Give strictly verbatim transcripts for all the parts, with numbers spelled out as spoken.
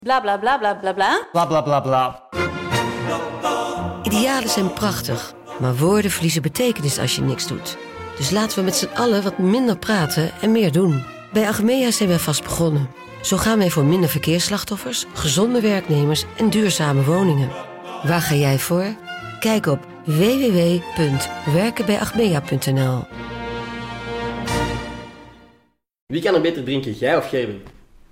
Bla bla bla bla bla bla. Bla bla bla bla. Idealen zijn prachtig, maar woorden verliezen betekenis als je niks doet. Dus laten we met z'n allen wat minder praten en meer doen. Bij Achmea zijn wij vast begonnen. Zo gaan wij voor minder verkeersslachtoffers, gezonde werknemers en duurzame woningen. Waar ga jij voor? Kijk op w w w punt werken bij achmea punt n l. Wie kan er beter drinken, jij of Gerben?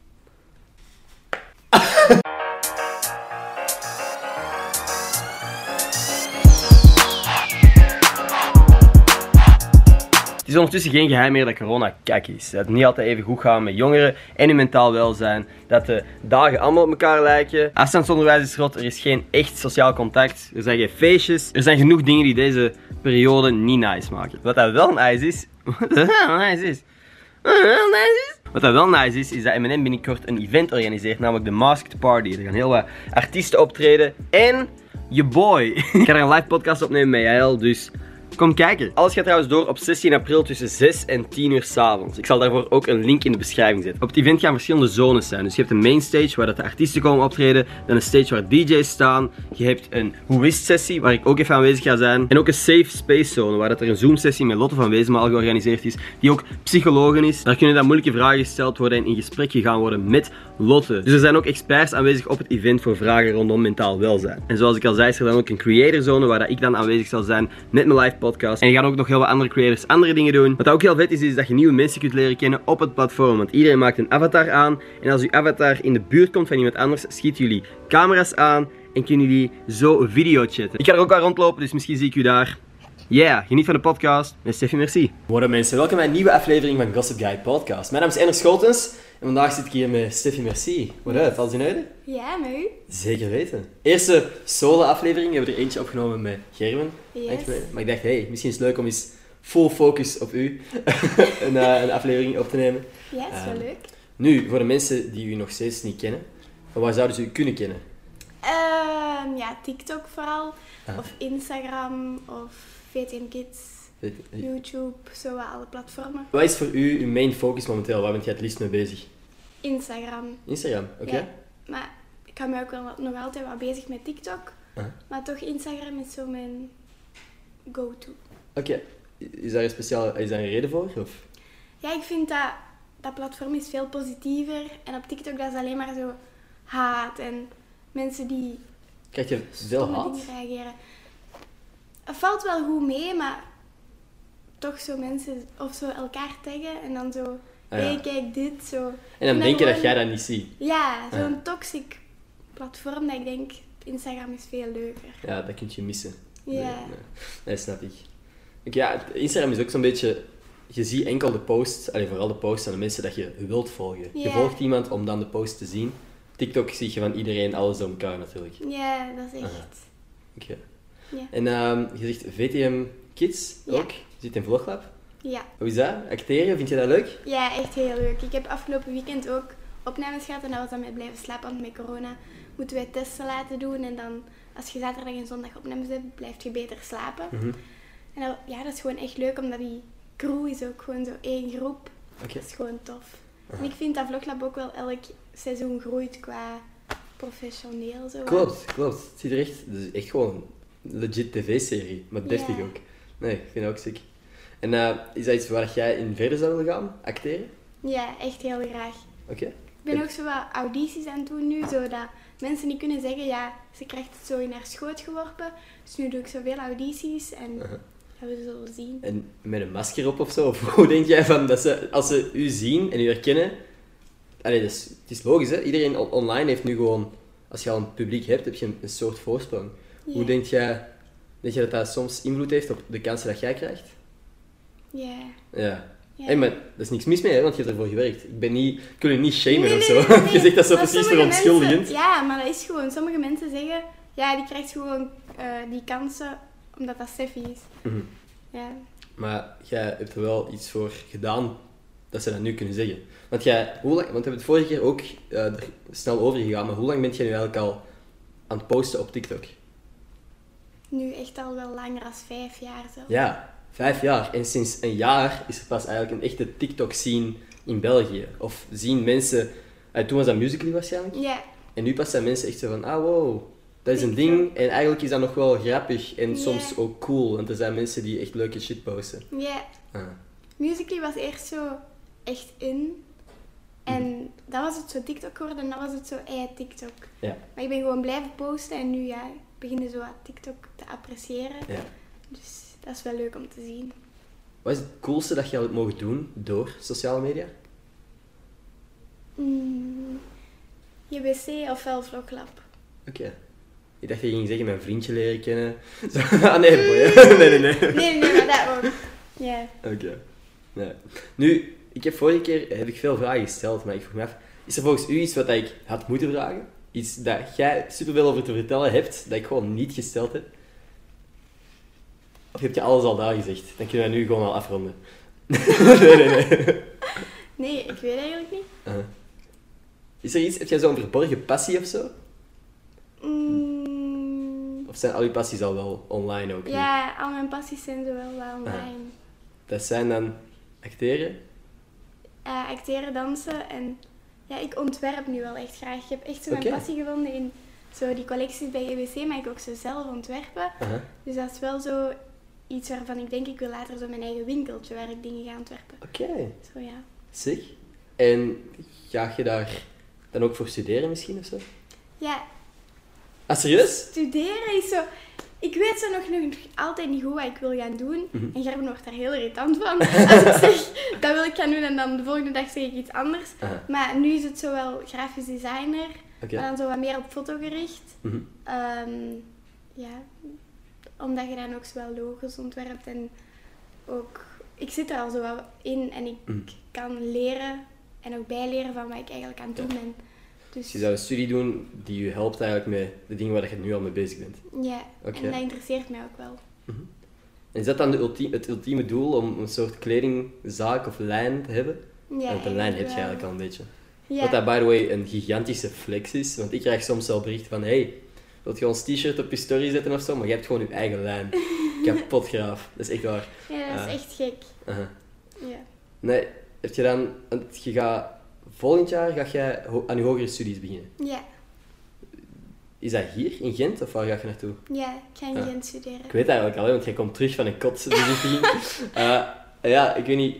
Het is ondertussen geen geheim meer dat corona kak is. Dat het niet altijd even goed gaat met jongeren en hun mentaal welzijn. Dat de dagen allemaal op elkaar lijken. Afstandsonderwijs is rot, er is geen echt sociaal contact. Er zijn geen feestjes. Er zijn genoeg dingen die deze periode niet nice maken. Wat dat wel nice is... Wat dat wel nice is... Wat dat wel nice is... Wat dat wel nice is, is dat M en M binnenkort een event organiseert, namelijk de Masked Party. Er gaan heel wat artiesten optreden en je boy. Ik ga er een live podcast opnemen met Jael, dus kom kijken. Alles gaat trouwens door op zestien april tussen zes en tien uur 's avonds. Ik zal daarvoor ook een link in de beschrijving zetten. Op het event gaan verschillende zones zijn. Dus je hebt een main stage waar dat de artiesten komen optreden. Dan een stage waar D J's staan. Je hebt een Hoe Wist sessie waar ik ook even aanwezig ga zijn. En ook een safe space zone waar dat er een Zoom sessie met Lotte van Wezenmaal georganiseerd is. Die ook psychologen is. Daar kunnen dan moeilijke vragen gesteld worden en in gesprek gegaan worden met Lotte. Dus er zijn ook experts aanwezig op het event voor vragen rondom mentaal welzijn. En zoals ik al zei is er dan ook een creator zone waar dat ik dan aanwezig zal zijn met mijn live podcast. En je gaat ook nog heel wat andere creators andere dingen doen. Wat ook heel vet is, is dat je nieuwe mensen kunt leren kennen op het platform. Want iedereen maakt een avatar aan. En als je avatar in de buurt komt van iemand anders, schieten jullie camera's aan en kunnen jullie zo een video chatten. Ik ga er ook wel rondlopen, dus misschien zie ik u daar. Yeah, geniet van de podcast met Steffi Merci. Worden mensen, welkom bij een nieuwe aflevering van Gossip Guy Podcast. Mijn naam is Ender Scholtens en vandaag zit ik hier met Steffi Merci. What up, alles in orde? Ja, met u? Zeker weten. Eerste solo-aflevering, we hebben er eentje opgenomen met Gerben. Yes. Maar ik dacht, hey, misschien is het leuk om eens full focus op u een, uh, een aflevering op te nemen. Ja, is wel um, leuk. Nu, voor de mensen die u nog steeds niet kennen, van waar zouden ze u kunnen kennen? Um, ja, TikTok vooral, Ah. of Instagram, of V T M Kids, YouTube, zo wat alle platformen. Wat is voor u uw main focus momenteel? Waar bent je het liefst mee bezig? Instagram. Instagram, oké. Okay. Ja, maar ik hou me ook wel nog altijd wel bezig met TikTok. Uh-huh. Maar toch, Instagram is zo mijn go-to. Oké. Okay. Is daar een speciaal, is daar een reden voor? Of? Ja, ik vind dat dat platform is veel positiever. En op TikTok dat is alleen maar zo haat en mensen die krijg je veel haat? Dingen reageren. Het valt wel goed mee, maar toch zo mensen of zo elkaar taggen en dan zo, hé, ah, ja. kijk dit, zo. En dan denk je dat jij dat niet ziet. Ja, zo'n ah. toxic platform dat ik denk, Instagram is veel leuker. Ja, dat kun je missen. Ja. Nee, nee. nee snap ik. Ja, Instagram is ook zo'n beetje, je ziet enkel de posts, allee, vooral de posts van de mensen dat je wilt volgen. Ja. Je volgt iemand om dan de post te zien. TikTok zie je van iedereen alles door elkaar natuurlijk. Ja, dat is echt. Oké. Okay. Ja. En um, je zegt V T M Kids ook? Ja. Je zit in Vloglab? Ja. Hoe is dat? Acteren, vind je dat leuk? Ja, echt heel leuk. Ik heb afgelopen weekend ook opnames gehad en dat was dan met blijven slapen, want met corona moeten wij testen laten doen en dan als je zaterdag en zondag opnames hebt, blijf je beter slapen. Mm-hmm. En dat, ja, dat is gewoon echt leuk, omdat die crew is ook gewoon zo één groep. Okay. Dat is gewoon tof. Uh-huh. En ik vind dat Vloglab ook wel elk seizoen groeit qua professioneel. Zo. Klopt, klopt. Het ziet er echt, het is echt gewoon een legit tv-serie, maar deftig ja. ook. Nee, ik vind het ook sick. En uh, is dat iets waar jij in verder zou willen gaan, acteren? Ja, echt heel graag. Oké. Okay. Ik ben ook zo wat audities aan het doen nu, zodat mensen niet kunnen zeggen, ja, ze krijgt het zo in haar schoot geworpen. Dus nu doe ik zoveel audities en uh-huh. dat we zullen zien. En met een masker op of zo? Of hoe denk jij van, dat ze, als ze u zien en u herkennen... Allee, dus, het is logisch, hè? Iedereen on- online heeft nu gewoon... Als je al een publiek hebt, heb je een, een soort voorsprong. Yeah. Hoe denk jij, denk je dat dat soms invloed heeft op de kansen dat jij krijgt? Ja. Yeah. Ja. Ja. Hey, maar er is niks mis mee, hè, want je hebt ervoor gewerkt. Ik ben niet, ik wil je niet shamen nee, of zo. Nee, nee, nee. Je zegt dat zo maar precies verontschuldigend. Mensen, ja, maar dat is gewoon. Sommige mensen zeggen, ja, die krijgt gewoon uh, die kansen omdat dat Steffi is. Mm-hmm. Ja. Maar jij hebt er wel iets voor gedaan dat ze dat nu kunnen zeggen. Want jij, hoe lang, want we hebben het vorige keer ook uh, er snel over gegaan, maar hoe lang ben jij nu eigenlijk al aan het posten op TikTok? Nu echt al wel langer dan vijf jaar zo. Ja. Vijf jaar. En sinds een jaar is er pas eigenlijk een echte TikTok-scene in België. Of zien mensen... Uh, toen was dat Musical.ly waarschijnlijk? Ja. En nu pas zijn mensen echt zo van, ah wow, dat is een TikTok. ding. En eigenlijk is dat nog wel grappig en Ja. soms ook cool. Want er zijn mensen die echt leuke shit posten. Ja, Ah. Musical.ly was eerst zo echt in. En dan was het zo TikTok geworden en dan was het zo, eh, TikTok. Ja. Maar ik ben gewoon blijven posten en nu ja, begin je zo wat TikTok te appreciëren. Ja. Dus dat is wel leuk om te zien. Wat is het coolste dat je al hebt mogen doen door sociale media? Mm, je wc ofwel Vloglab. Oké. Ik dacht dat je ging zeggen mijn vriendje leren kennen. Zo, ah nee, boy. nee, nee, nee. Nee, nee, maar dat ook. Ja. Oké. Nee. Nu, ik heb vorige keer heb ik veel vragen gesteld, maar ik vroeg me af, is er volgens u iets wat ik had moeten vragen? Iets dat jij superveel over te vertellen hebt, dat ik gewoon niet gesteld heb? Of heb je alles al daar gezegd? Dan kunnen we nu gewoon al afronden. nee, nee, nee. Nee, ik weet eigenlijk niet. Uh-huh. Is er iets, heb jij zo'n verborgen passie of zo? Mm, Of zijn al je passies al wel online ook? nu? ja, al mijn passies zijn zo wel wel online. Dat zijn dan acteren? Uh, acteren, dansen en ja, ik ontwerp nu wel echt graag. Ik heb echt zo mijn Oké. passie gevonden in zo die collecties bij E W C, maar ik ook zo zelf ontwerpen. Uh-huh. Dus dat is wel zo iets waarvan ik denk, ik wil later zo mijn eigen winkeltje waar ik dingen ga ontwerpen. Oké, Zo ja. sick. En ga je daar dan ook voor studeren misschien of zo? Ja, Ah, serieus? studeren is zo... Ik weet zo nog, nog altijd niet goed wat ik wil gaan doen. Mhm. En Gerben wordt daar heel irritant van. Als ik zeg, dat wil ik gaan doen en dan de volgende dag zeg ik iets anders. Aha. Maar nu is het zo wel grafisch designer, Oké. maar dan zo wat meer op foto gericht. Mhm. Ehm, ja, omdat je dan ook zo wel logos ontwerpt en ook... Ik zit er al zo wel in en ik Mhm. kan leren en ook bijleren van wat ik eigenlijk aan het doen ben. Dus Dus je zou een studie doen die je helpt eigenlijk met de dingen waar je nu al mee bezig bent. ja, Oké. en dat interesseert mij ook wel. En is dat dan de ultie- het ultieme doel om een soort kledingzaak of lijn te hebben? Ja, Want een lijn heb je wel. eigenlijk al een beetje. Ja. Wat dat, by the way, een gigantische flex is. Want ik krijg soms wel berichten van, hey, wil je ons t-shirt op je story zetten of zo? Maar je hebt gewoon je eigen lijn. Kapot graaf. Dat is echt waar. Ja, dat is Ah. echt gek. Aha. Ja. Nee, heb je dan... Want je gaat... Volgend jaar ga jij ho- aan je hogere studies beginnen. Ja, Is dat hier, in Gent, of waar ga je naartoe? ja, ik ga in Ja. Gent studeren. Ik weet eigenlijk al, hè, want jij komt terug van een kotsbezichtiging. uh, ja, ik weet niet...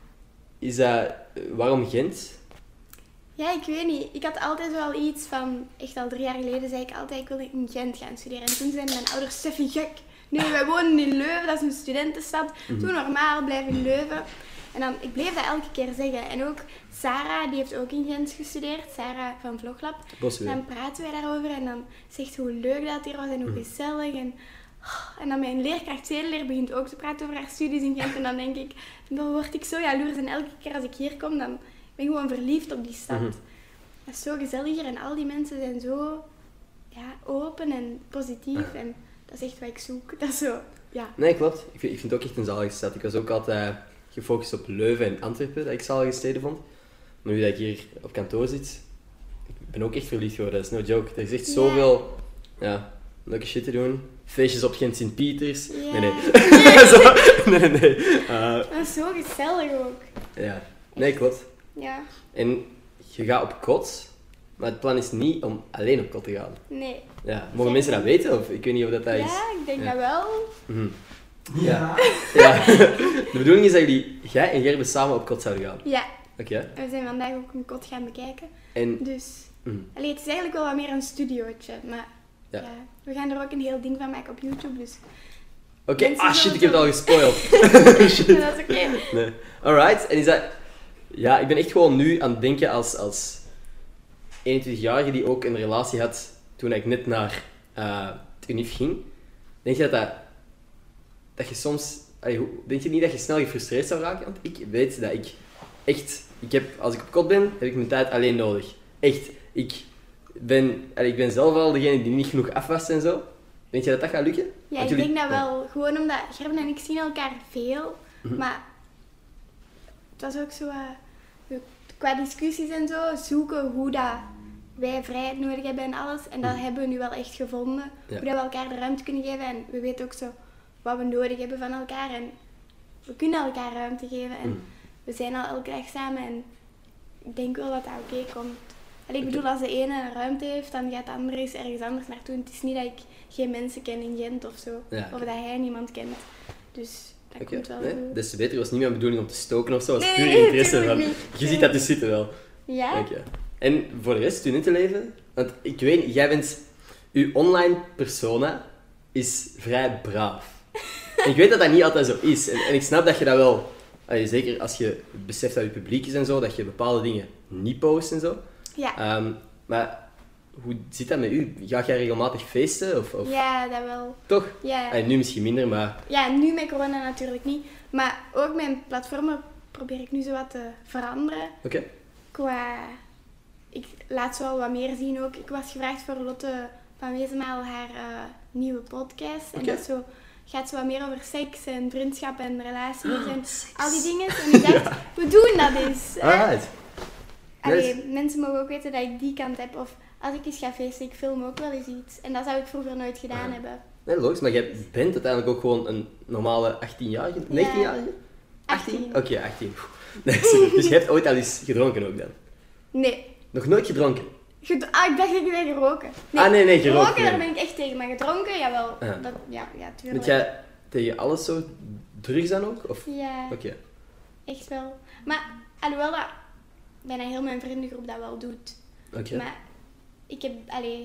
Is dat... Waarom Gent? Ja, ik weet niet. Ik had altijd wel iets van, echt al drie jaar geleden zei ik altijd, ik wil in Gent gaan studeren. En toen zeiden mijn ouders, Steffi, gek. Nee, wij wonen in Leuven, dat is een studentenstad. Doe normaal, blijf in Leuven. En dan, ik bleef dat elke keer zeggen. En ook Sarah, die heeft ook in Gent gestudeerd. Sarah van Vloglab. Bosweel. Dan praten wij daarover en dan zegt hoe leuk dat hier was en hoe gezellig. En, en dan mijn leerkracht zedeleer begint ook te praten over haar studies in Gent. En dan denk ik, dan word ik zo jaloers. En elke keer als ik hier kom, dan ben ik gewoon verliefd op die stad. Mhm. Dat is zo gezellig hier en al die mensen zijn zo ja, open en positief. En dat is echt wat ik zoek. Dat is zo, ja. Nee, klopt. Ik vind, ik vind het ook echt een zalige stad. Ik was ook altijd gefocust op Leuven en Antwerpen, dat ik zalige steden vond. Maar nu dat ik hier op kantoor zit, ik ben ook echt verliefd geworden. Dat is no joke. Er is echt Ja. zoveel ja, leuke shit te doen. Feestjes op Gent Sint-Pieters. Ja. Nee, nee. Zo, nee, nee, nee. Uh, Dat is zo gezellig ook. ja. Nee, klopt. Ja, En je gaat op kot, maar het plan is niet om alleen op kot te gaan. nee. Ja. Mogen mensen dat weten? Of ik weet niet of dat, dat is. Ja, ik denk Ja. dat wel. Mhm. Ja. ja. De bedoeling is dat jullie, jij en Gerben samen op kot zouden gaan. Ja, Oké. we zijn vandaag ook een kot gaan bekijken. En... Dus, mhm. allee, het is eigenlijk wel wat meer een studiootje. Maar Ja. ja. we gaan er ook een heel ding van maken op YouTube. Dus Oké, Mensen ah shit, zullen ik heb het al het gespoild. Shit. dat is oké. Nee. Alright, en is dat... Ja, ik ben echt gewoon nu aan het denken als, als eenentwintigjarige die ook een relatie had toen ik net naar uh, het U N I F ging. Denk je dat dat... Dat je soms... Allee, hoe- denk je niet dat je snel gefrustreerd zou raken? Want ik weet dat ik echt... Ik heb, als ik op kot ben, heb ik mijn tijd alleen nodig. Echt. Ik ben, allee, ik ben zelf al degene die niet genoeg afwast en zo. Denk je dat dat gaat lukken? Ja, Want ik jullie- denk dat ja. wel. Gewoon omdat Gerben en ik zien elkaar veel. Mhm. Maar het was ook zo... eh, we- qua discussies en zo, zoeken hoe dat wij vrijheid nodig hebben en alles. En dat Mhm. hebben we nu wel echt gevonden. Ja. Hoe dat we elkaar de ruimte kunnen geven. En we weten ook zo wat we nodig hebben van elkaar. En we kunnen elkaar ruimte geven. En Mhm. we zijn al elke dag samen. En ik denk wel dat dat oké komt. Allee, ik Oké. bedoel, als de ene een ruimte heeft, dan gaat de andere eens ergens anders naartoe. En het is niet dat ik geen mensen ken in Gent of zo. Ja, Of oké. dat hij niemand kent. Dus dat Oké, komt wel nee, goed. des te beter. Was niet mijn bedoeling om te stoken of zo. Het was Nee, puur nee, interesse tuurlijk van... niet. Je ziet dat dus zitten wel. Ja? Oké. En voor de rest, studentenleven? Want ik weet, jij bent... Uw online persona is vrij braaf. En ik weet dat dat niet altijd zo is. En, en ik snap dat je dat wel... allee, zeker als je beseft dat je publiek is en zo, dat je bepaalde dingen niet post en zo. Ja. Ehm, maar hoe zit dat met u? Ga jij regelmatig feesten? Of, of... Ja, dat wel. Toch? Ja. Allee, nu misschien minder, maar... Ja, nu met corona natuurlijk niet. Maar ook mijn platformen probeer ik nu zo wat te veranderen. Oké. Qua... Ik laat zo wel wat meer zien ook. Ik was gevraagd voor Lotte van Wezenmaal haar eh, nieuwe podcast. En Oké. dat zo, gaat zo wat meer over seks en vriendschap en relaties en al die dingen. En ik dacht, we doen dat eens. hè. Alright. Allee, Nice. mensen mogen ook weten dat ik die kant heb. Of als ik eens ga feesten, ik film ook wel eens iets. En dat zou ik vroeger nooit gedaan Ah. hebben. Nee, logisch, maar jij bent uiteindelijk ook gewoon een normale achttienjarige, negentienjarige? achttien. Oké, achttien. Nee, super. Dus je hebt ooit al eens gedronken ook dan? Nee. Nog nooit gedronken? Ged- ah, ik dacht dat je zei geroken. Ah, nee, nee, gerookt, Roken, nee. daar ben ik echt tegen. Maar gedronken, jawel. Ah. Dat, ja, ja, tuurlijk. Bent jij tegen alles zo drugs dan ook? Of? Ja, Oké. echt wel. Maar alhoewel dat bijna heel mijn vriendengroep dat wel doet. Oké. Maar ik heb, allee,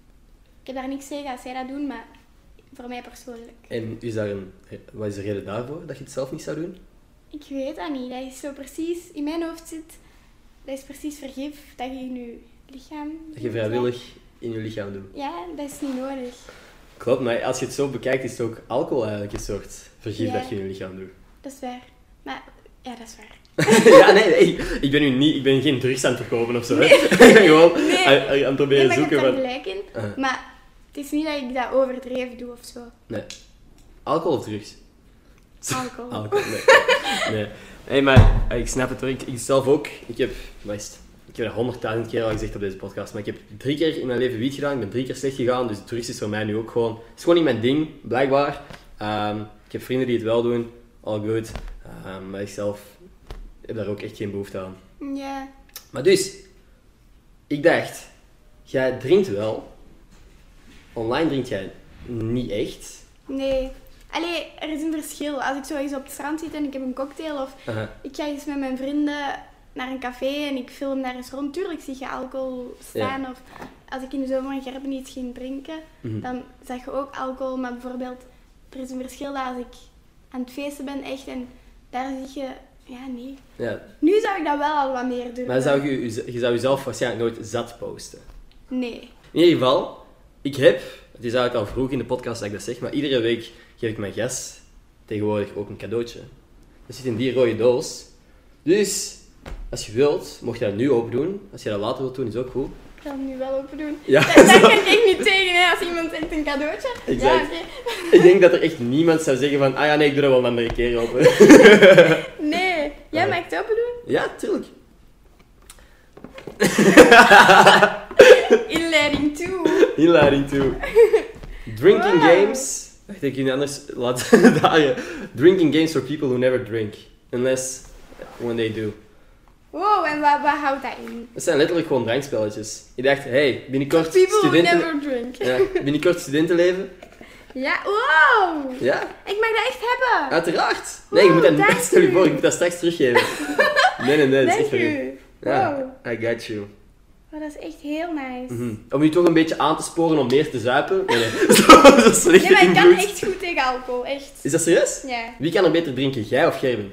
ik heb daar niks tegen als zij dat doen, maar voor mij persoonlijk. En is daar een, wat is de reden daarvoor, dat je het zelf niet zou doen? Ik weet dat niet. Dat is zo precies, in mijn hoofd zit, dat is precies vergif dat je in je lichaam Dat je doet, vrijwillig in je lichaam doet. Ja, dat is niet nodig. Klopt, maar als je het zo bekijkt, is het ook alcohol eigenlijk een soort vergif Ja. dat je in je lichaam doet. Dat is waar. Maar, ja, dat is waar. Ja, nee, nee, ik ben nu niet, ik ben geen drugs aan het verkopen of zo. Hè. Ik ben gewoon Nee. aan, aan het proberen Nee, maar je zoeken hebt daar van... gelijk in. Ah. Maar het is niet dat ik dat overdreven doe of zo. Nee. Alcohol of drugs? Alcohol. Alcohol, nee. nee. Nee, maar eh, ik snap het hoor. Ik, ik zelf ook. Ik heb, wat is het? Ik heb dat honderdduizend keer al gezegd op deze podcast, maar ik heb drie keer in mijn leven wiet gedaan. Ik ben drie keer slecht gegaan, dus drugs is voor mij nu ook gewoon... Het is gewoon niet mijn ding, blijkbaar. Ehm, ik heb vrienden die het wel doen, all good. Ehm, maar ik zelf heb daar ook echt geen behoefte aan. Ja. Maar dus, ik dacht, jij drinkt wel. Online drinkt jij niet echt. Nee. Allee, er is een verschil. Als ik zo eens op het strand zit en ik heb een cocktail of Aha. ik ga eens met mijn vrienden naar een café en ik film daar eens rond. Tuurlijk zie je alcohol staan. Of als ik in de zomer in Gerben iets ging drinken, Mhm. dan zag je ook alcohol. Maar bijvoorbeeld, er is een verschil dat als ik aan het feesten ben echt en daar zie je... Ja, nee. Ja. Nu zou ik dat wel al wat meer durven. Maar zou je, je zou jezelf waarschijnlijk nooit zat posten. Nee. In ieder geval, ik heb, het is eigenlijk al vroeg in de podcast dat ik dat zeg, maar iedere week geef ik mijn gast tegenwoordig ook een cadeautje. Dat zit in die rode doos. Dus, als je wilt, mocht je dat nu open doen. Als je dat later wilt doen, is ook goed. Ik ga het nu wel open doen. Ja, Daar daar kan ik echt niet tegen, hè, als iemand zegt een cadeautje. Exact. Ja, oké. Ik denk dat er echt niemand zou zeggen van, ah ja, nee, ik doe dat wel een andere keer open. Nee. Jij mag het open doen? Ja, tuurlijk. Inleiding toe. Inleiding toe. Drinking Wow. games. Wacht, ik jullie anders laat daar. Drinking games for people who never drink. Unless when they do. Wow, en wat, wat houdt dat in? Het zijn letterlijk gewoon drankspelletjes. Ik dacht, hey, binnenkort People who studenten... never drink. Ja, binnenkort studentenleven. Ja, wow. Ja, Ik mag dat echt hebben. uiteraard. Nee, je moet dat Wow, niet... Stel je dank voor, u. ik moet dat straks teruggeven. Nee, nee, nee, dat is Dank echt voor u. u. Ja, Wow. I got you. Oh, dat is echt heel nice. Mhm. Om je toch een beetje aan te sporen om meer te zuipen. Nee, nee. Zo, zo slecht Nee, maar ik kan invloed. echt goed tegen alcohol, echt. Is dat serieus? Ja. Wie kan er beter drinken, jij of Gerben?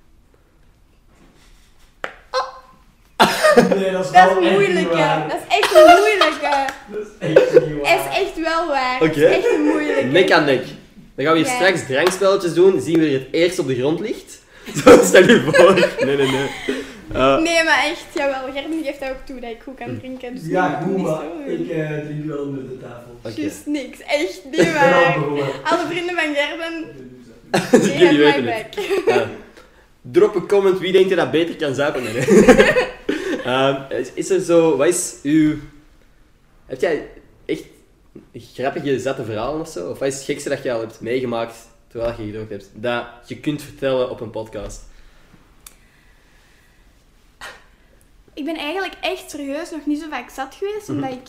Nee, dat is Dat wel is echt moeilijk, niet hè. waar. Dat is echt een moeilijke. Dat is echt niet waar. Het is echt wel waar. Oké. Het is echt een moeilijke. Nek aan nek. Dan gaan we hier Ja. straks drankspelletjes doen. Zien we wie het eerst op de grond ligt. Zo, stel je voor. Nee, nee, nee. Uh, Nee, maar echt, jawel. Gerben geeft dat ook toe dat ik goed kan drinken. Dus Ja, niet- goed, niet maar zo. ik eh, drink wel onder de tafel. Oké. Juist niks. Echt niet Ja, waar. begonnen. Alle vrienden van Gerben, Jullie they have weten my het. back. Uh, drop een comment wie denkt je dat beter kan zuipen. Nee, nee. Uh, is, is er zo... Wat is uw... Heb jij echt grappige, zatte verhalen of zo? Of wat is het gekste dat je al hebt meegemaakt terwijl je gedronken hebt? Dat je kunt vertellen op een podcast. Ik ben eigenlijk echt serieus nog niet zo vaak zat geweest, Mhm. omdat ik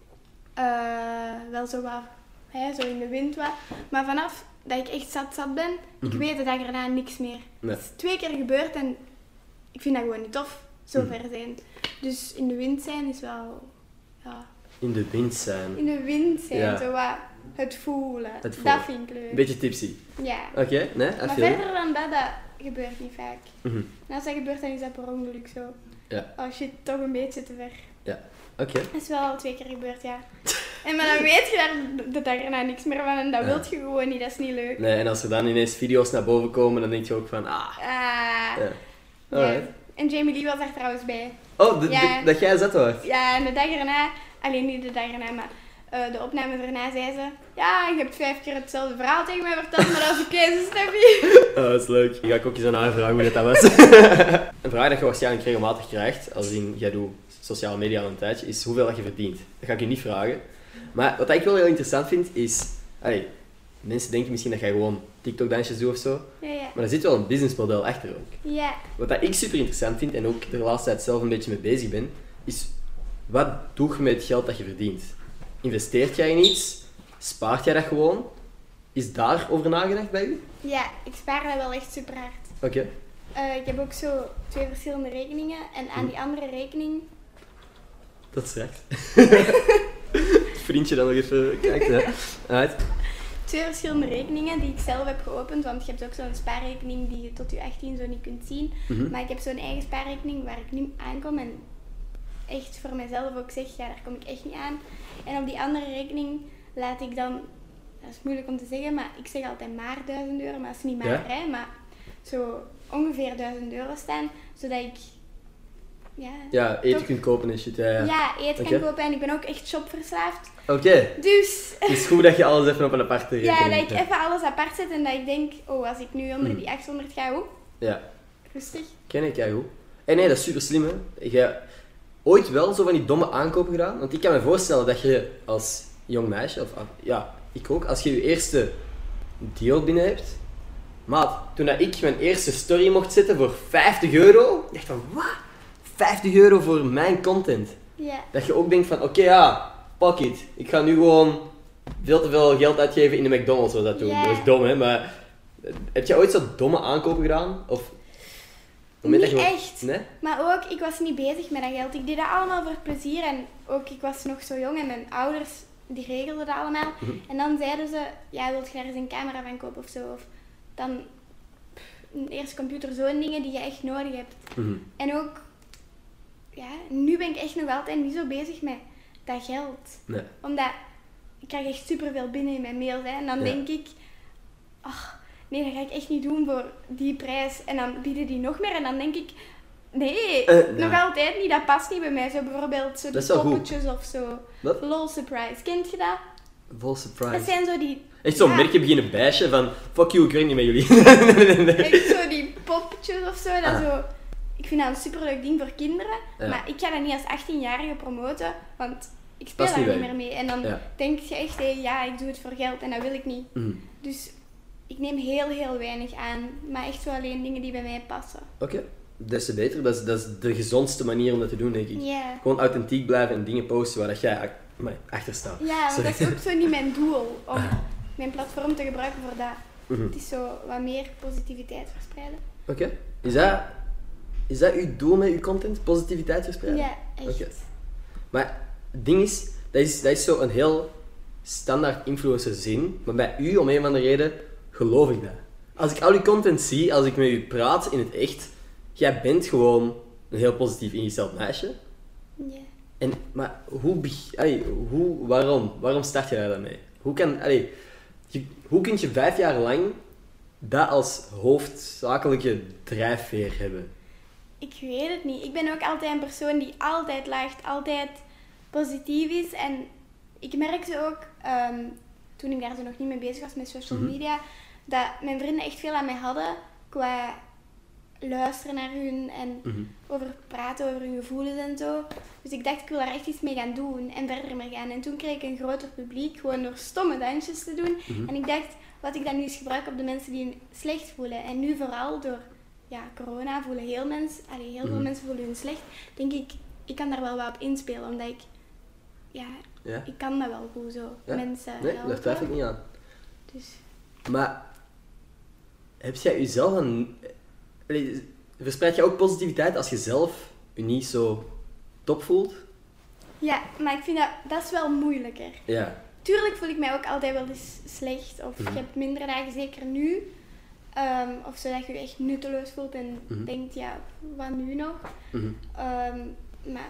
uh, wel zo wat, hè, zo in de wind was. Maar vanaf dat ik echt zat zat ben, Mhm. ik weet de dag erna niks meer. Nee. Het is twee keer gebeurd en ik vind dat gewoon niet tof, zo Mhm. ver zijn. Dus in de wind zijn is wel, ja, In de wind zijn. in de wind zijn, Ja. zo wat het voelen. Het voelen. Dat vind ik leuk. Een beetje tipsy. Ja. Oké, okay, nee, Maar I feel you. verder dan dat, dat gebeurt niet vaak. Mhm. En als dat gebeurt, dan is dat per ongeluk zo. Ja. Oh shit, toch een beetje te ver. Oké. Dat is wel al twee keer gebeurd, ja. En maar dan weet je daar de dag erna niks meer van en dat Ja. wilt je gewoon niet, dat is niet leuk. Nee, en als er dan ineens video's naar boven komen, dan denk je ook van, ah. Ah. Ja. Ja. Alright. En Jamie Lee was daar trouwens bij. Oh, de- de- Ja. dat jij zat hoor. Ja, en de dag erna, alleen niet de dag erna, maar uh, de opname erna zei ze, ja, je hebt vijf keer hetzelfde verhaal tegen mij verteld, maar dat is oké, okay, Steffi. Oh, dat is leuk. Ik ga ik ook eens aan haar vragen hoe dat, dat was. Een vraag dat je waarschijnlijk regelmatig krijgt, als in, jij doet sociale media al een tijdje, is hoeveel dat je verdient. Dat ga ik je niet vragen. Maar wat ik wel heel interessant vind, is... Allee, mensen denken misschien dat jij gewoon TikTok-dansjes doet of zo. Ja, ja. Maar er zit wel een businessmodel achter ook. Ja. Wat dat ik super interessant vind, en ook de laatste tijd zelf een beetje mee bezig ben, is... Wat doe je met het geld dat je verdient? Investeert jij in iets? Spaart jij dat gewoon? Is daarover nagedacht bij u? Ja, ik spaar dat wel echt super hard. Oké. Okay. Uh, ik heb ook zo twee verschillende rekeningen en aan die andere rekening... Dat is straks. Vriendje dan nog even kijkt, hè. Right. Twee verschillende rekeningen die ik zelf heb geopend, want je hebt ook zo'n spaarrekening die je tot je achttien zo niet kunt zien. Mm-hmm. Maar ik heb zo'n eigen spaarrekening waar ik niet aankom en echt voor mezelf ook zeg, ja, daar kom ik echt niet aan. En op die andere rekening laat ik dan, dat is moeilijk om te zeggen, maar ik zeg altijd maar duizend euro, maar dat is niet maar, Ja? hè, maar zo ongeveer duizend euro staan, zodat ik... Ja, Ja, eten toch, kunt kopen en shit. Ja, ja. ja eten Okay. kan kopen en ik ben ook echt shopverslaafd. Oké. Okay. Dus... Het is goed dat je alles even op een aparte rekening Ja, dat ik hebt. even alles apart zet en dat ik denk, oh, als ik nu onder Mm. die achthonderd ga, hoe? Ja, Rustig. ken ik, ja goed. En nee, dat is super slim, hè. Je hebt ooit wel zo van die domme aankopen gedaan? Want ik kan me voorstellen dat je als jong meisje, of ja, ik ook, als je je eerste deal binnen hebt... Maat, toen dat ik mijn eerste story mocht zetten voor vijftig euro, dacht ik van, wat? vijftig euro voor mijn content. Ja. Dat je ook denkt van, oké, okay, ja, pak it. Ik ga nu gewoon veel te veel geld uitgeven in de McDonald's, wat dat doen. Ja. Dat is dom, hè, maar... Heb je ooit zo domme aankopen gedaan? Of... Niet dat je... echt. Nee? Maar ook, ik was niet bezig met dat geld. Ik deed dat allemaal voor plezier en ook, ik was nog zo jong en mijn ouders, die regelden dat allemaal. Mm-hmm. En dan zeiden ze, ja, wilt je daar eens een camera van kopen of zo? Of dan pff, een eerste computer, zo'n dingen die je echt nodig hebt. Mm-hmm. En ook, ja, nu ben ik echt nog altijd niet zo bezig met dat geld. Nee. Omdat, ik krijg echt superveel binnen in mijn mails, hè. En dan Ja. denk ik, ach, nee, dat ga ik echt niet doen voor die prijs. En dan bieden die nog meer en dan denk ik, nee, Uh, nog ja. altijd niet, dat past niet bij mij. Zo bijvoorbeeld zo Dat is die wel goed. poppetjes of zo. Wat? Lol surprise, kent je dat? Vol surprise. Dat zijn zo die... Echt zo'n ja, merkje beginnen bashen van, fuck you, ik werk niet met jullie. echt zo die poppetjes of zo, dat Ah. zo... Ik vind dat een superleuk ding voor kinderen, Ja. maar ik ga dat niet als achttienjarige promoten, want ik speel Past daar niet niet bij meer mee. En dan Ja. denk je echt, hé, ja, ik doe het voor geld en dat wil ik niet. Mhm. Dus ik neem heel, heel weinig aan, maar echt zo alleen dingen die bij mij passen. Oké, okay. Des te beter. Dat is, dat is de gezondste manier om dat te doen, denk ik. Ja. Gewoon authentiek blijven en dingen posten waar dat jij ach- maar achter staat. Ja, want Sorry. dat is ook zo niet mijn doel, om mijn platform te gebruiken voor dat. Mhm. Het is zo wat meer positiviteit verspreiden. Oké. Okay. Is dat... Is dat uw doel met uw content? Positiviteit verspreiden? Ja, echt. Oké. Maar het ding is, dat is, dat is zo een heel standaard influencer zin, maar bij u, om een of andere reden, geloof ik dat. Als ik al uw content zie, als ik met u praat in het echt, jij bent gewoon een heel positief ingesteld meisje. Ja. En, maar hoe, beg- allee, hoe, waarom? Waarom start je daar dan mee? Hoe kan, allee, je, hoe kun je vijf jaar lang dat als hoofdzakelijke drijfveer hebben? Ik weet het niet. Ik ben ook altijd een persoon die altijd lacht, altijd positief is. En ik merkte ook, um, toen ik daar zo nog niet mee bezig was met social Mhm. media, dat mijn vrienden echt veel aan mij hadden qua luisteren naar hun en Mhm. over praten over hun gevoelens en zo. Dus ik dacht, ik wil daar echt iets mee gaan doen en verder mee gaan. En toen kreeg ik een groter publiek, gewoon door stomme dansjes te doen. Mhm. En ik dacht, wat ik dan nu eens gebruik op de mensen die hun slecht voelen. En nu vooral door ja, corona voelen heel, mens, allee, heel veel Mhm. mensen voelen hun slecht. Denk ik, ik kan daar wel wat op inspelen, omdat ik, ja, Ja? ik kan dat wel goed zo, Ja? mensen Nee, helpen. daar twijfel ik niet aan. Dus, Maar heb jij jezelf een... Allee, verspreid je ook positiviteit als je zelf je niet zo top voelt? ja, maar ik vind dat, dat is wel moeilijker. Ja. Tuurlijk voel ik mij ook altijd wel eens slecht, of Mhm. je hebt mindere dagen, zeker nu. Ehm, of zodat je je echt nutteloos voelt en Mhm. denkt, ja, wat nu nog? Mhm. Ehm, maar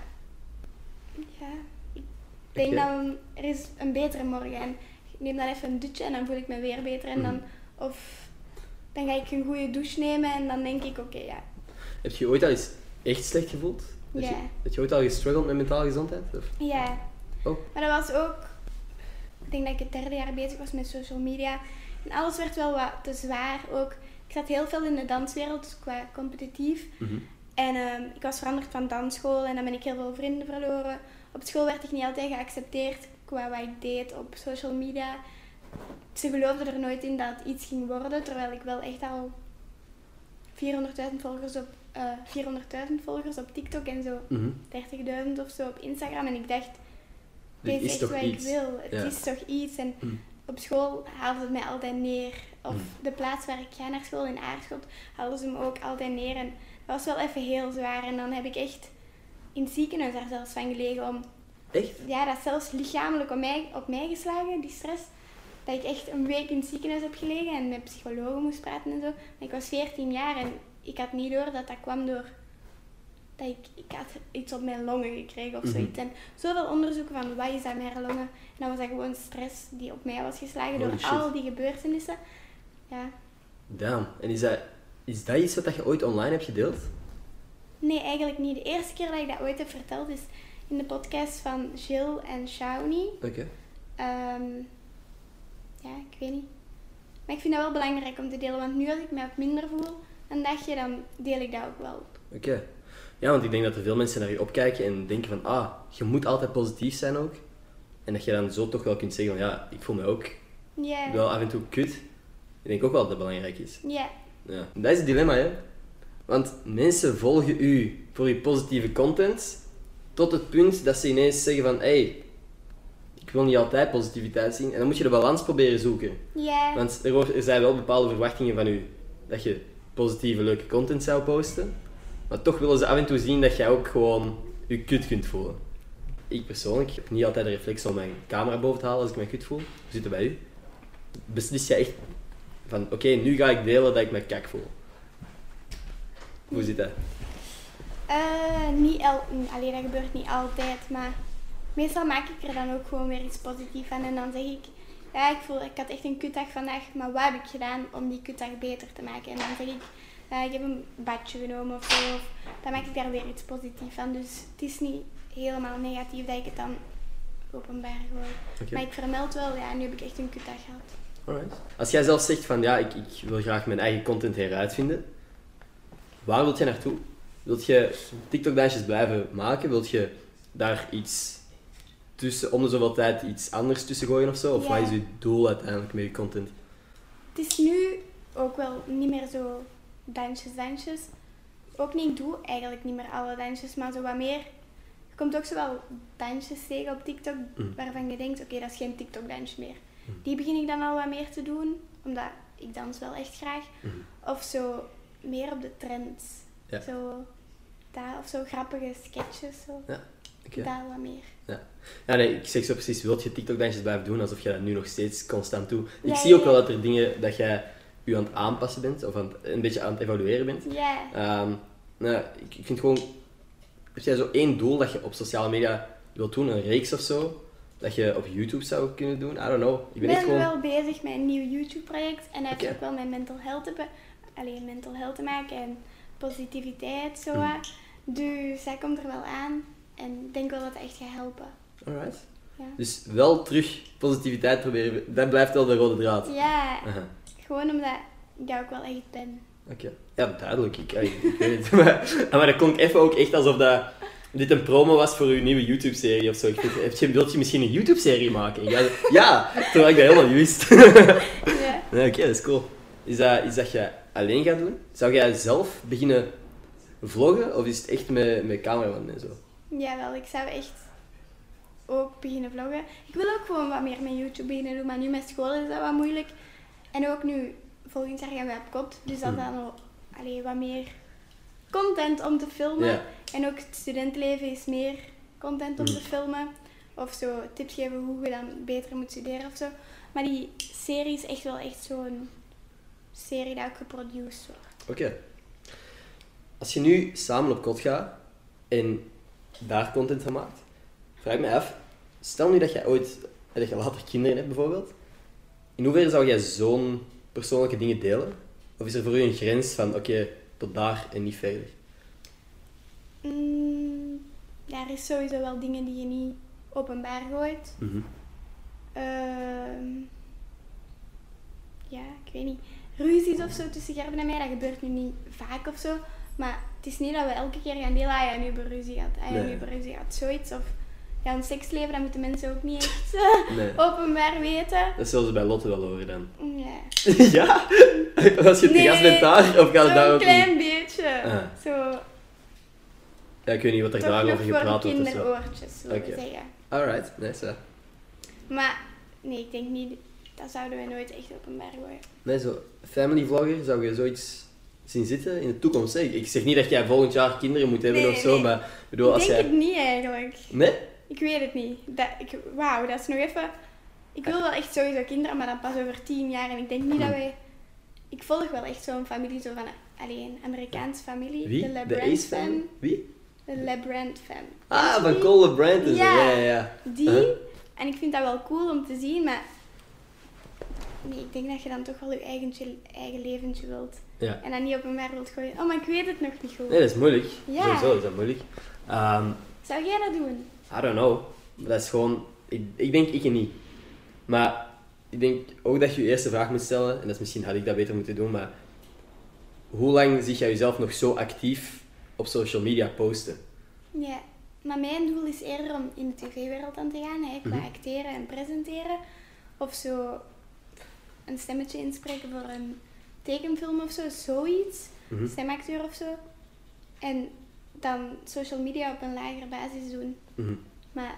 ja, ik denk Oké. dan, er is een betere morgen en ik neem dan even een dutje en dan voel ik me weer beter. En dan, Mhm. of dan ga ik een goede douche nemen en dan denk ik, oké, ja. Heb je ooit al eens echt slecht gevoeld? Heb, Ja. je, heb je ooit al gestruggeld met mentale gezondheid? Of? Ja, Oh. maar dat was ook, ik denk dat ik het derde jaar bezig was met social media. En alles werd wel wat te zwaar ook. Ik zat heel veel in de danswereld qua competitief. Mhm. En ehm, ik was veranderd van dansschool en dan ben ik heel veel vrienden verloren. Op school werd ik niet altijd geaccepteerd qua wat ik deed op social media. Ze geloofden er nooit in dat het iets ging worden, terwijl ik wel echt al vierhonderdduizend volgers op, eh, vierhonderdduizend volgers op TikTok en zo Mhm. dertigduizend of zo op Instagram. En ik dacht, Dit dit is is echt toch wat iets. ik wil. Het Ja. is toch iets. En Mhm. op school haalden ze mij altijd neer. Of Mhm. de plaats waar ik ga naar school in Aarschot, haalden ze me ook altijd neer. En dat was wel even heel zwaar. En dan heb ik echt in het ziekenhuis daar zelfs van gelegen om... Echt? Ja, dat is zelfs lichamelijk op mij, op mij geslagen, die stress. Dat ik echt een week in het ziekenhuis heb gelegen en met psychologen moest praten en zo. Maar ik was veertien jaar en ik had niet door dat dat kwam door... Dat ik, ik had iets op mijn longen gekregen of Mhm. zoiets. En zoveel onderzoeken van wat is dat met mijn longen. En dan was dat gewoon stress die op mij was geslagen Holy door shit. al die gebeurtenissen. Ja. Damn. En is dat, is dat iets wat je ooit online hebt gedeeld? Nee, eigenlijk niet. De eerste keer dat ik dat ooit heb verteld is in de podcast van Jill en Shawnee. Oké. Ehm, ja, ik weet niet. Maar ik vind dat wel belangrijk om te delen, want nu als ik me wat minder voel een dagje, dan deel ik dat ook wel. Oké. Ja, want ik denk dat er veel mensen naar je opkijken en denken van, ah, je moet altijd positief zijn ook. En dat je dan zo toch wel kunt zeggen van, ja, ik voel me ook Ja. wel af en toe kut. Ik denk ook wel dat dat belangrijk is. Ja. Ja. Dat is het dilemma, hè. Want mensen volgen u voor je positieve content tot het punt dat ze ineens zeggen van, hé, hey, ik wil niet altijd positiviteit zien. En dan moet je de balans proberen zoeken. Ja. Want er, wordt- er zijn wel bepaalde verwachtingen van u dat je positieve, leuke content zou posten. Maar toch willen ze af en toe zien dat jij ook gewoon je kut kunt voelen. Ik persoonlijk heb niet altijd de reflex om mijn camera boven te halen als ik me kut voel. Hoe zit het bij u? Beslis je echt van, oké, nu ga ik delen dat ik me kak voel. Hoe zit dat? Eh, niet el Allee, dat gebeurt niet altijd, maar meestal maak ik er dan ook gewoon weer iets positiefs van. En dan zeg ik, ja, ik voel, ik had echt een kutdag vandaag, maar wat heb ik gedaan om die kutdag beter te maken? En dan zeg ik, ja, ik heb een badje genomen of zo, of dan maak ik daar weer iets positiefs van. Dus het is niet helemaal negatief dat ik het dan openbaar gooi. Oké. Maar ik vermeld wel, ja, nu heb ik echt een kutdag gehad. Alright. Als jij zelf zegt van, ja, ik, ik wil graag mijn eigen content heruitvinden, waar wil je naartoe? Wilt je TikTok-dansjes blijven maken? Wilt je daar iets tussen, om de zoveel tijd iets anders tussen gooien of zo? Of Ja. wat is je doel uiteindelijk met je content? Het is nu ook wel niet meer zo dansjes, dansjes. Ook niet, ik doe eigenlijk niet meer alle dansjes, maar zo wat meer. Er komt ook zo wel dansjes tegen op TikTok Mm. waarvan je denkt, oké, dat is geen TikTok-dansje meer. Die begin ik dan al wat meer te doen, omdat ik dans wel echt graag. Mm. Of zo meer op de trends. Ja. Zo, daar, of zo grappige sketches, zo. Ja, oké. Daar wat meer. Ja. Ja, nee, ik zeg zo precies, wilt je TikTok-dansjes blijven doen alsof je dat nu nog steeds constant doet? Ik Ja, zie ja, ook wel ja. dat er dingen dat jij je aan het aanpassen bent, of aan het- een beetje aan het evalueren bent. Ja. Ehm, nou, ik, ik vind gewoon, heb jij zo één doel dat je op sociale media wilt doen, een reeks of zo, dat je op YouTube zou kunnen doen? I don't know. Ik Ik ben ben echt gewoon... wel bezig met een nieuw YouTube-project en dat heeft Oké. ook wel met mental health te, be- alleen mental health te maken en positiviteit zo. Mm. wat. Dus dat komt er wel aan en ik denk wel dat het echt gaat helpen. Alright. Ja, Dus wel terug positiviteit proberen, dat blijft wel de rode draad. ja Aha. gewoon omdat ik dat ook wel echt ben. Oké. Ja, duidelijk. Ik, ik, ik weet het. Maar, maar dat klonk even ook echt alsof dat dit een promo was voor uw nieuwe YouTube-serie of zo. Ik weet, heb je, wilt je misschien een YouTube-serie maken? Ja, ja, terwijl ik dat helemaal niet wist. Ja. Nee, oké, dat is cool. Is dat iets dat je alleen gaat doen? Zou jij zelf beginnen vloggen of is het echt met, met cameraman en zo? Jawel, ik zou echt ook beginnen vloggen. Ik wil ook gewoon wat meer met YouTube beginnen doen, maar nu met school is dat wat moeilijk. En ook nu, volgend jaar gaan we op kot, dus dat Mm. dan al allee, wat meer content om te filmen. Ja. En ook het studentenleven is meer content om Mm. te filmen. Of zo tips geven hoe je dan beter moet studeren of zo. Maar die serie is echt wel echt zo'n serie dat ook geproduceerd wordt. Oké. Als je nu samen op kot gaat en daar content van maakt, vraag ik me af, stel nu dat je ooit, dat je later kinderen hebt bijvoorbeeld, in hoeverre zou jij zo'n persoonlijke dingen delen? Of is er voor u een grens van, oké, okay, tot daar en niet verder? Mm, ja, er is sowieso wel dingen die je niet openbaar gooit. Mm-hmm. Ehm, ja, ik weet niet. Ruzies of zo tussen Gerben en mij, dat gebeurt nu niet vaak of zo. Maar het is niet dat we elke keer gaan delen, ah ja, nu hebben we ruzie gehad, ah ja, Nee. nu hebben we ruzie gehad, zoiets. Of ja, een seksleven, dat moeten mensen ook niet echt eh, Nee. openbaar weten. Dat zullen ze bij Lotte wel horen dan. Ja. Ja? Als je te Nee, gast bent daar, of gaat het daar Zo'n ook klein niet? beetje. Ah. Zo, Ja, ik weet niet wat er toch daar nog over voor gepraat wordt of zo. kinderoortjes, zullen Oké. we zeggen. Alright, nice hè. Maar nee, ik denk niet, dat zouden we nooit echt openbaar gooien. Nee, zo, family vlogger, zou je zoiets zien zitten in de toekomst? Hè? Ik zeg niet dat jij volgend jaar kinderen moet hebben Nee, of zo, nee. maar ik bedoel, Ik als denk jij... het niet eigenlijk. Nee? Ik weet het niet. Dat, ik, wauw, dat is nog even... Ik wil wel echt sowieso kinderen, maar dan pas over tien jaar. En ik denk niet dat wij... Ik volg wel echt zo'n familie, zo van... Allee, een Amerikaanse familie. Wie? De De LeBrand Ace fam. fan? Wie? De LeBrand fam. Ah, Ken je van die? Cole LeBrand en zo. Ja. Ja, ja, ja. Die. Uh-huh. En ik vind dat wel cool om te zien, maar... Nee, ik denk dat je dan toch wel je eigen, eigen leventje wilt. Ja. En dan niet openbaar wilt gooien. Oh, maar ik weet het nog niet goed. Nee, dat is moeilijk. Ja. Sowieso is dat moeilijk. Ehm, Zou jij dat doen? I don't know. Dat is gewoon... Ik, ik denk ik en niet. Maar ik denk ook dat je je eerste vraag moet stellen, en dat is misschien had ik dat beter moeten doen, maar hoe lang zie jij jezelf nog zo actief op social media posten? Ja, maar mijn doel is eerder om in de tv-wereld aan te gaan, hè, qua Mhm. acteren en presenteren. Of zo een stemmetje inspreken voor een tekenfilm of zo, zoiets. Mhm. Stemacteur of zo. En dan social media op een lagere basis doen. Mhm. Maar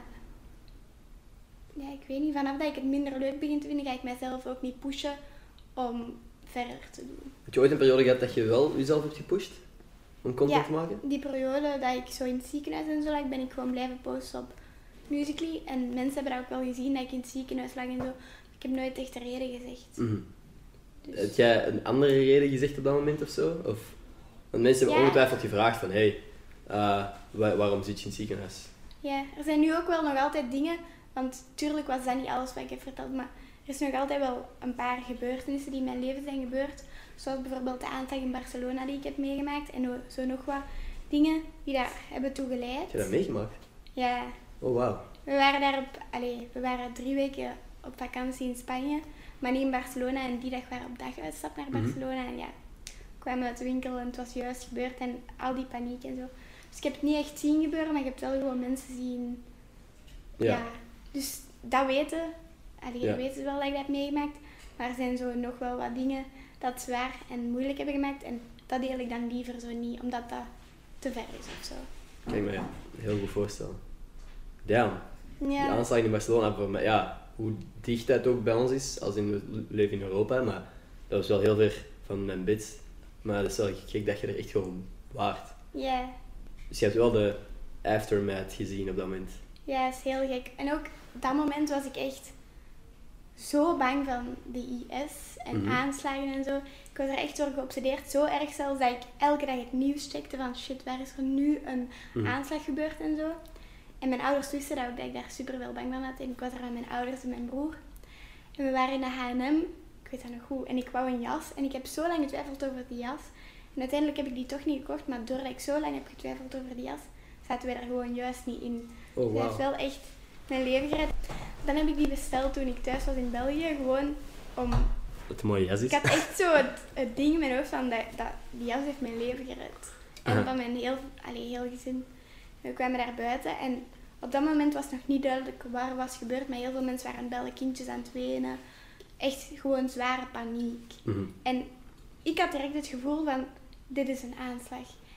ja, ik weet niet, vanaf dat ik het minder leuk begin te vinden, ga ik mezelf ook niet pushen om verder te doen. Heb je ooit een periode gehad dat je wel jezelf hebt gepusht om content Ja. te maken? Die periode dat ik zo in het ziekenhuis en zo lag, ben ik gewoon blijven posten op Musical.ly. En mensen hebben dat ook wel gezien, dat ik in het ziekenhuis lag en zo. Ik heb nooit echt de reden gezegd. Mhm. Dus, Heb jij een andere reden gezegd op dat moment of zo? Of, want mensen hebben Ja. ongetwijfeld gevraagd van, hey, uh, wa- waarom zit je in het ziekenhuis? ja, er zijn nu ook wel nog altijd dingen, want tuurlijk was dat niet alles wat ik heb verteld, maar er is nog altijd wel een paar gebeurtenissen die in mijn leven zijn gebeurd. Zoals bijvoorbeeld de aanslag in Barcelona die ik heb meegemaakt en o- zo nog wat dingen die daar hebben toe geleid. Heb je dat meegemaakt? Ja, Oh, wauw. we waren daar op, allee, we waren drie weken op vakantie in Spanje, maar niet in Barcelona. En die dag waren we op daguitstap naar Mhm. Barcelona. En ja, we kwamen uit de winkel en het was juist gebeurd en al die paniek en zo. Dus ik heb het niet echt zien gebeuren, maar je hebt wel gewoon mensen zien. Ja. Ja. Dus dat weten, allee, Ja. weten ze wel dat ik dat heb meegemaakt. Maar er zijn zo nog wel wat dingen dat zwaar en moeilijk hebben gemaakt. En dat deel ik dan liever zo niet, omdat dat te ver is of zo. Kan ik me heel goed voorstellen. Damn. Die Ja, aanslag in Barcelona, voor mij, ja, hoe dicht dat ook bij ons is, als in we leven in Europa, maar dat was wel heel ver van mijn bed. Maar dat is wel gek dat je er echt gewoon waart. ja. Dus je hebt wel de aftermath gezien op dat moment. Ja, is heel gek. En ook dat moment was ik echt zo bang van de I S en Mhm. aanslagen en zo. Ik was er echt door geobsedeerd. Zo erg zelfs dat ik elke dag het nieuws checkte van shit, waar is er nu een Mhm. aanslag gebeurd en zo. En mijn ouders wisten dat ook, dat ik daar super veel bang van had. En ik was er met mijn ouders en mijn broer. En we waren in de H en M, ik weet dat nog goed. En ik wou een jas en ik heb zo lang getwijfeld over die jas. En uiteindelijk heb ik die toch niet gekocht, maar doordat ik zo lang heb getwijfeld over die jas, zaten we er gewoon juist niet in. Oh, Dus hij wauw. heeft wel echt mijn leven gered. Dan heb ik die besteld toen ik thuis was in België, gewoon om... Wat een mooie jas is. Ik had echt zo het, het ding in mijn hoofd van, dat, dat, die jas heeft mijn leven gered. En Aha. van mijn heel, allee, heel gezin. We kwamen daar buiten en op dat moment was nog niet duidelijk waar er was gebeurd, maar heel veel mensen waren aan het bellen, kindjes aan het wenen. Echt gewoon zware paniek. Mhm. En ik had direct het gevoel van, dit is een aanslag.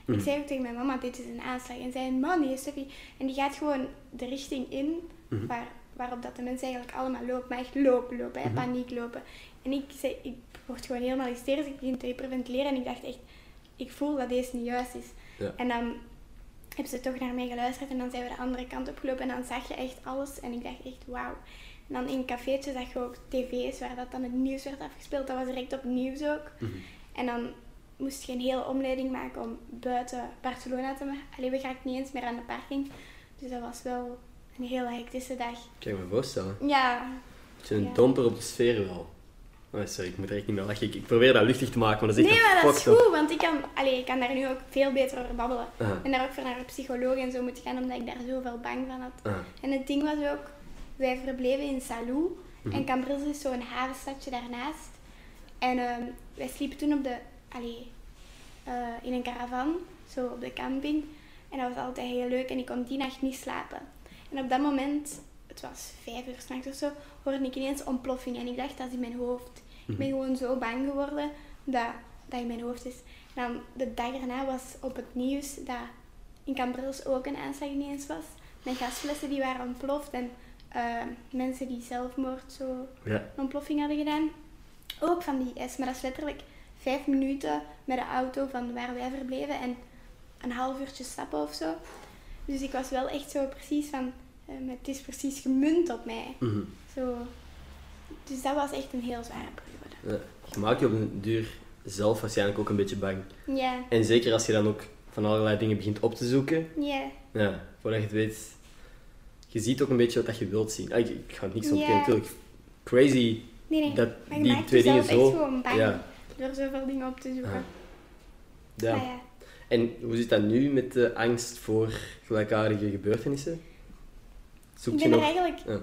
Mm. Ik zei ook tegen mijn mama, dit is een aanslag. En zei, man, nee, Steffi. En die gaat gewoon de richting in mm-hmm. waar, waarop dat de mensen eigenlijk allemaal lopen. Maar echt lopen, lopen, hè, mm-hmm. paniek lopen. En ik, zei, ik word gewoon helemaal hysterisch. Ik begin te hyperventileren en ik dacht echt, ik voel dat deze niet juist is. Ja. En dan hebben ze toch naar mij geluisterd en dan zijn we de andere kant opgelopen. En dan zag je echt alles. En ik dacht echt, wauw. En dan in een cafeetje zag je ook tv's waar dat dan het nieuws werd afgespeeld. Dat was direct op nieuws ook. Mm-hmm. En dan moest je een hele omleiding maken om buiten Barcelona te maken. Allee, we geraakten niet eens meer aan de parking. Dus dat was wel een hele hectische dag. Kan je me voorstellen? Ja. Het is een ja. domper op de sfeer wel. Oh, sorry, ik moet er echt niet meer lachen. Ik, ik probeer dat luchtig te maken, maar dat is echt Nee, maar dat is up. goed, want ik kan, allee, ik kan daar nu ook veel beter over babbelen. Uh-huh. En daar ook voor naar een psycholoog en zo moeten gaan, omdat ik daar zoveel bang van had. Uh-huh. En het ding was ook, wij verbleven in Salou. Mm-hmm. En Cambrils is zo'n havenstadje daarnaast. En uh, wij sliepen toen op de, allee, uh, in een caravan, zo op de camping. En dat was altijd heel leuk en ik kon die nacht niet slapen. En op dat moment, het was vijf uur 's nachts of zo, hoorde ik ineens ontploffing. En ik dacht, dat is in mijn hoofd. Ik ben gewoon zo bang geworden dat dat in mijn hoofd is. En dan de dag erna was op het nieuws dat in Cambrils ook een aanslag ineens was. Met gasflessen die waren ontploft en uh, mensen die zelfmoord zo ja. een ontploffing hadden gedaan. Ook van die I S, maar dat is letterlijk vijf minuten met de auto van waar wij verbleven en een half uurtje stappen of zo. Dus ik was wel echt zo precies van, uh, het is precies gemunt op mij. Mm-hmm. Zo. Dus dat was echt een heel zware periode. Ja, je maakt je op een duur zelf waarschijnlijk ook een beetje bang. Ja. En zeker als je dan ook van allerlei dingen begint op te zoeken. Ja. Ja, voordat je het weet, je ziet ook een beetje wat je wilt zien. Ah, ik, ik ga het niks ontkennen, ja. natuurlijk. Crazy nee, nee. dat maar je die maakt twee dingen jezelf zo... echt gewoon bang ja. door zoveel dingen op te zoeken. Ah. Ja. Ah, ja. En hoe zit dat nu met de angst voor gelijkaardige gebeurtenissen? Zoek ik je ben nog... er eigenlijk... Ja.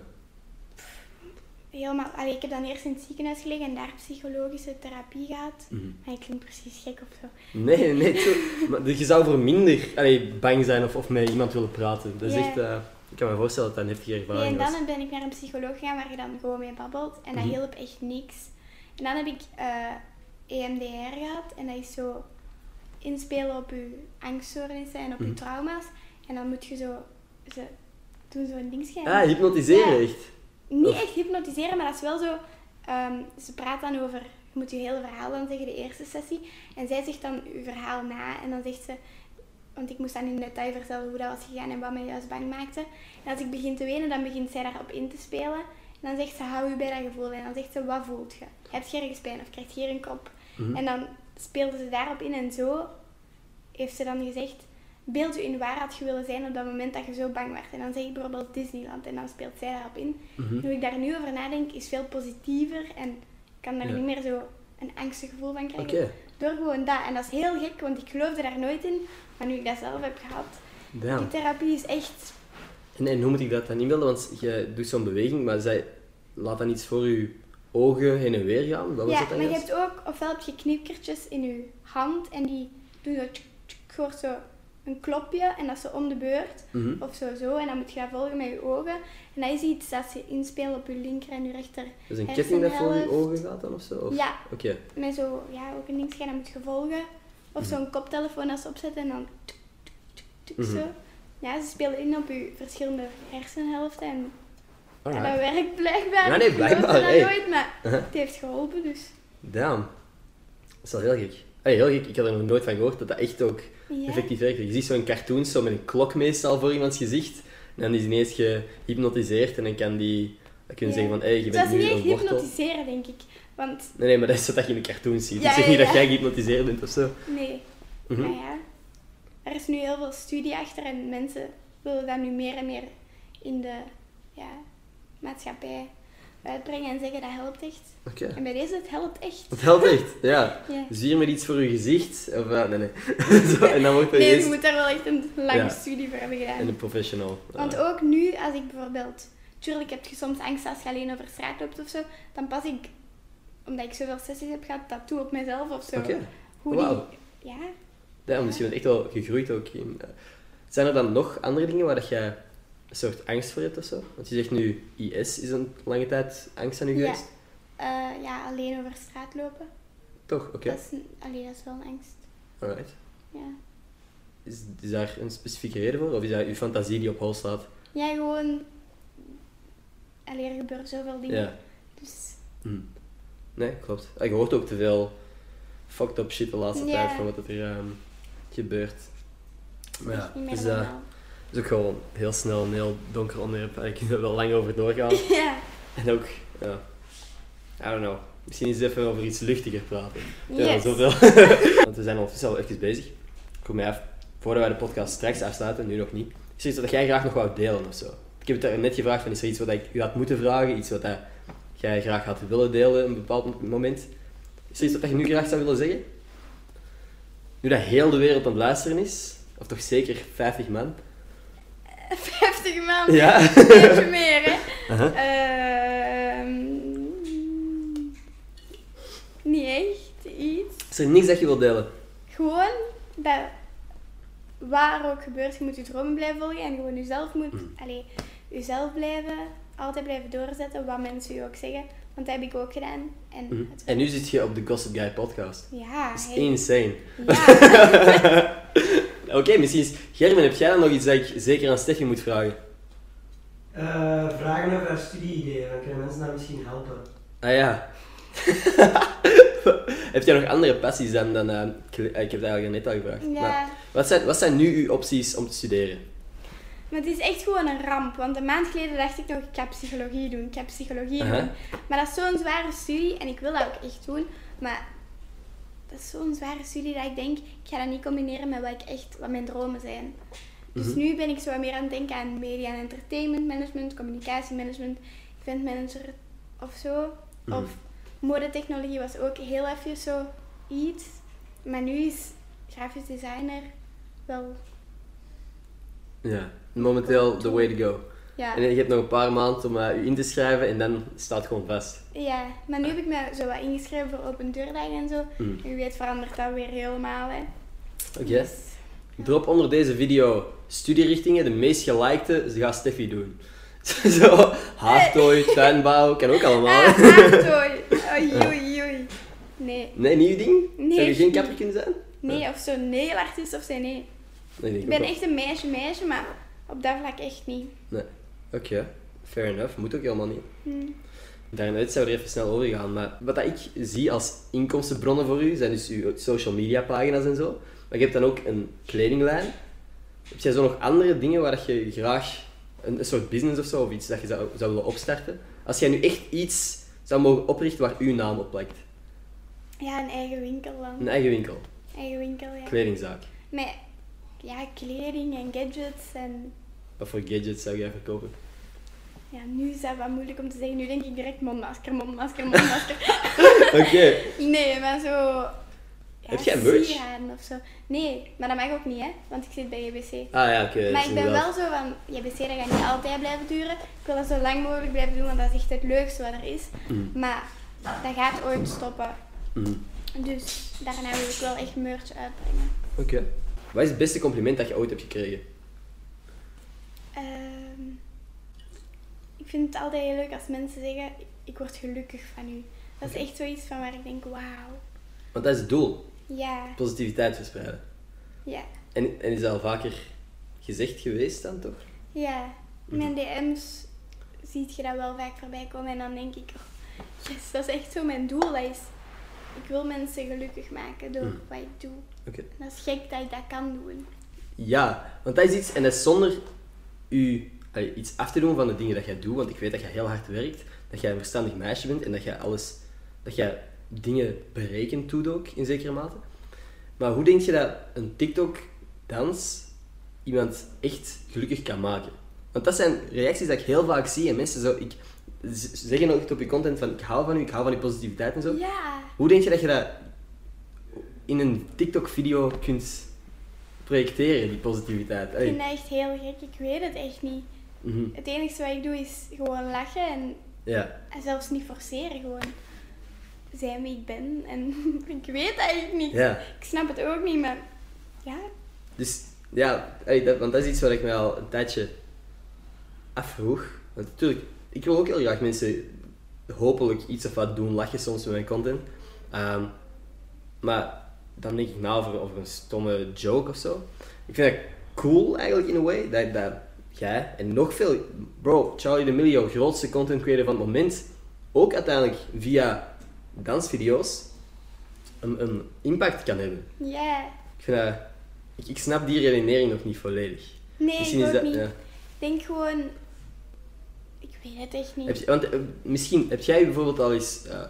Helemaal, allee, ik heb dan eerst in het ziekenhuis gelegen en daar psychologische therapie gehad. Mm-hmm. Maar ik klink precies gek of zo. Nee, nee, zo, maar je zou voor minder allee, bang zijn of, of met iemand willen praten. Dat is yeah. echt, uh, ik kan me voorstellen dat dat een heftige ervaring nee, en was. dan ben ik naar een psycholoog gegaan waar je dan gewoon mee babbelt. En dat mm-hmm. hielp echt niks. En dan heb ik uh, E M D R gehad. En dat is zo inspelen op je angststoornissen en op mm-hmm. je trauma's. En dan moet je zo, ze doen zo'n ding schijnen. Ah, hypnotiseren ja. echt? Niet of... echt hypnotiseren, maar dat is wel zo... Um, ze praat dan over... Je moet je hele verhaal dan zeggen, de eerste sessie. En zij zegt dan je verhaal na. En dan zegt ze... Want ik moest dan in detail vertellen hoe dat was gegaan en wat mij juist bang maakte. En als ik begin te wenen, dan begint zij daarop in te spelen. En dan zegt ze, hou je bij dat gevoel. En dan zegt ze, wat voelt je? Heb je ergens pijn of krijg je hier een kop? Mm-hmm. En dan speelde ze daarop in. En zo heeft ze dan gezegd... Beeld je in waar had je willen zijn op dat moment dat je zo bang werd. En dan zeg ik bijvoorbeeld Disneyland en dan speelt zij daarop in. Mm-hmm. En hoe ik daar nu over nadenk is veel positiever en ik kan daar ja. niet meer zo een angstig gevoel van krijgen. Okay. Door gewoon dat. En dat is heel gek, want ik geloofde daar nooit in. Maar nu ik dat zelf heb gehad, Damn. die therapie is echt... En, en hoe moet ik dat dan inbeelden? Want je doet zo'n beweging, maar zij laat dan iets voor je ogen heen en weer gaan? Wat ja, was dat dan maar juist? je hebt ook, ofwel heb je knipkertjes in je hand en die doen zo... Tsk, tsk, je hoort zo... een klopje en dat is zo om de beurt mm-hmm. of zo zo en dan moet je dat volgen met je ogen en dat is iets dat je inspeelt op je linker en je rechter. Dus een ketting dat voor je ogen gaat dan of zo? Of? Ja, okay. met zo, ja, ook een ding dat moet je volgen of mm-hmm. zo'n koptelefoon als ze opzetten en dan tuk, tuk, tuk, tuk, mm-hmm. zo. Ja, ze spelen in op je verschillende hersenhelften en ja, dat werkt blijkbaar. Ja, nee, blijkbaar. Ik hey. dat nooit, maar uh-huh. het heeft geholpen dus. Damn. Dat is wel heel gek. Hey, heel gek, ik had er nog nooit van gehoord dat dat echt ook ja. effectief werkt. Je ziet zo'n cartoon zo met een klok meestal voor iemands gezicht. En dan is hij ineens gehypnotiseerd en dan kan die dan kun je ja. zeggen van, hé, hey, je bent nu een wortel. Het was niet echt hypnotiseren, denk ik. Want... Nee, nee, maar dat is wat je in de cartoon ziet. Ja, ik zeg ja, niet ja. dat jij gehypnotiseerd bent of zo. Nee. Mm-hmm. Maar ja, er is nu heel veel studie achter en mensen willen dat nu meer en meer in de ja, maatschappij uitbrengen en zeggen dat helpt echt. Okay. En bij deze, het helpt echt. Het helpt echt, ja. ja. Zie je met iets voor je gezicht? Of, uh, nee, nee. Zo, en dan wordt er nee, eens... je moet daar wel echt een lange ja. studie voor hebben gedaan. En een professional. Want uh. ook nu, als ik bijvoorbeeld... Tuurlijk heb je soms angst als je alleen over straat loopt of zo. Dan pas ik, omdat ik zoveel sessies heb gehad, dat toe op mezelf of zo. Okay. Hoe wow. die... Ja. Ja, dus je bent echt wel gegroeid ook in... Uh. Zijn er dan nog andere dingen waar dat jij een soort angst voor hebt of zo? Want je zegt nu, I S is een lange tijd angst aan je geweest. Ja, uh, ja alleen over straat lopen. Toch, oké. Okay. Dat, allee, dat is wel een angst. Alright. Ja. is, is daar een specifieke reden voor? Of is dat je fantasie die op hol staat? Ja, gewoon... Allee, er gebeuren zoveel dingen. Ja. Dus... Hm. Nee, klopt. Je hoort ook te veel fucked up shit de laatste Ja. tijd van wat er um, gebeurt. Maar ja, Niet meer dus dat normaal. is ook gewoon heel snel een heel donker onderwerp. Daar kunnen we wel lang over doorgaan. Ja. En ook, ja, I don't know. Misschien eens even over iets luchtiger praten. Ja, Yes. zoveel. Want we zijn ondertussen al even bezig. Ik kom mij af, voordat wij de podcast straks afsluiten, nu nog niet. Is er iets wat jij graag nog wou delen of zo? Ik heb het daar net gevraagd, van, is er iets wat ik u had moeten vragen? Iets wat dat jij graag had willen delen op een bepaald moment? Is er iets wat je nu graag zou willen zeggen? Nu dat heel de wereld aan het luisteren is, of toch zeker vijftig man? vijftig man. Ja. Beetje meer, hè. Uh-huh. Ehm, niet echt iets. Is er niks dat je wilt delen? Gewoon dat waar ook gebeurt, je moet je dromen blijven volgen en gewoon jezelf moet, Mm. allee, jezelf blijven, altijd blijven doorzetten, wat mensen je ook zeggen. Want dat heb ik ook gedaan. En, Mhm. het- En nu zit je op de Gossip Guy podcast. Ja, Dat is hey. insane. Ja. Oké, misschien is... Gerben, heb jij dan nog iets dat ik zeker aan Steffi moet vragen? Uh, vragen over haar studie-ideeën, dan kunnen mensen daar misschien helpen. Ah ja. Heb jij nog andere passies dan... dan uh, kle- ik heb het eigenlijk net al gevraagd. Ja. Maar wat, zijn, wat zijn nu uw opties om te studeren? Maar het is echt gewoon een ramp. Want een maand geleden dacht ik nog, ik ga psychologie doen. Ik ga psychologie Aha. doen. Maar dat is zo'n zware studie en ik wil dat ook echt doen. Maar dat is zo'n zware studie dat ik denk, ik ga dat niet combineren met wat ik echt, wat mijn dromen zijn. Dus Mhm. nu ben ik zo wat meer aan het denken aan media en entertainment management, communicatiemanagement, event manager of zo. Mhm. Of modetechnologie was ook heel even zo iets. Maar nu is grafisch designer wel, Ja. Momenteel the way to go. ja. En je hebt nog een paar maanden om uh, je in te schrijven en dan staat het gewoon vast. Ja, maar nu heb ik me zo wat ingeschreven voor open deurdagen en zo. Mm. Wie weet verandert dat weer helemaal, hè. Oké. Dus, Drop onder deze video studierichtingen, de meest gelikte, ze gaat Steffi doen. Zo, haartooi, tuinbouw, kan ook allemaal. ah, hè. haartooi. Oei, oei, oei. Nee. Nee, nieuw ding? Nee, Zou je echt geen niet. kapper kunnen zijn? Nee, of zo'n negelartiest of zo, nee. Nee, denk Ik ben ook echt een meisje, meisje, maar op dat vlak echt niet. wel. Nee. Oké, fair enough. Moet ook helemaal niet. Hm. Daarnet zouden we er even snel over gaan, maar wat dat ik zie als inkomstenbronnen voor u, zijn dus uw social media pagina's en zo. Maar je hebt dan ook een kledinglijn. Heb jij zo nog andere dingen waar dat je graag een, een soort business of zo, of iets dat je zou, zou willen opstarten? Als jij nu echt iets zou mogen oprichten waar uw naam op plakt. Ja, een eigen winkel dan. Een eigen winkel, Eigen winkel, ja. kledingzaak. Met ja, kleding en gadgets en... Wat voor gadgets zou jij verkopen? Ja, nu is dat wat moeilijk om te zeggen. Nu denk ik direct mondmasker, mondmasker, mondmasker. Oké. Nee, maar zo... Ja, Heb jij merch? sieraden of zo. Nee, maar dat mag ook niet, hè. Want ik zit bij J B C. Ah ja, oké. Maar dus ik ben inderdaad. wel zo van... J B C, dat gaat niet altijd blijven duren. Ik wil dat zo lang mogelijk blijven doen, want dat is echt het leukste wat er is. Mm. Maar dat gaat ooit stoppen. Mm. Dus daarna wil ik wel echt merch uitbrengen. Oké. Wat is het beste compliment dat je ooit hebt gekregen? Ehm, ik vind het altijd heel leuk als mensen zeggen, ik word gelukkig van u. Dat is echt zoiets van waar ik denk, wauw. Want dat is het doel. Ja, Positiviteit verspreiden. ja, En, en is dat al vaker gezegd geweest dan, toch? ja. In mijn D M's ziet je dat wel vaak voorbij komen en dan denk ik, oh, yes, dat is echt zo mijn doel. Dat is, ik wil mensen gelukkig maken door Mm. wat ik doe. Oké. En dat is gek dat ik dat kan doen. Ja, want dat is iets, en dat is zonder u allee, iets af te doen van de dingen dat jij doet, want ik weet dat jij heel hard werkt, dat jij een verstandig meisje bent en dat jij alles, dat jij dingen berekend doet ook, in zekere mate. Maar hoe denk je dat een TikTok-dans iemand echt gelukkig kan maken? Want dat zijn reacties die ik heel vaak zie en mensen zo, ik, z- zeggen ook op je content van ik hou van u, ik hou van je positiviteit en zo. Ja, Hoe denk je dat je dat in een TikTok-video kunt projecteren, die positiviteit? ik Allee. vind dat echt heel gek. Ik weet het echt niet. Mhm. Het enige wat ik doe is gewoon lachen en Ja. En zelfs niet forceren, gewoon zijn wie ik ben. En ik weet eigenlijk niet. Ja. Ik snap het ook niet, maar ja. Dus ja, allee, dat, want dat is iets wat ik mij al een tijdje afvroeg. Want natuurlijk, ik wil ook heel graag mensen hopelijk iets of wat doen lachen soms met mijn content. Ehm, maar dan denk ik na over, over een stomme joke of zo. ik vind dat cool eigenlijk in a way, dat, dat jij en nog veel, bro, Charli D'Amelio, grootste content creator van het moment, ook uiteindelijk via dansvideo's een, een impact kan hebben. Ja. Ik vind dat, ik, ik snap die redenering nog niet volledig. Nee, Misschien ik is ook dat, niet. ja. Ik denk gewoon... Ik weet het echt niet. Heb je, want, uh, misschien, heb jij bijvoorbeeld al eens uh,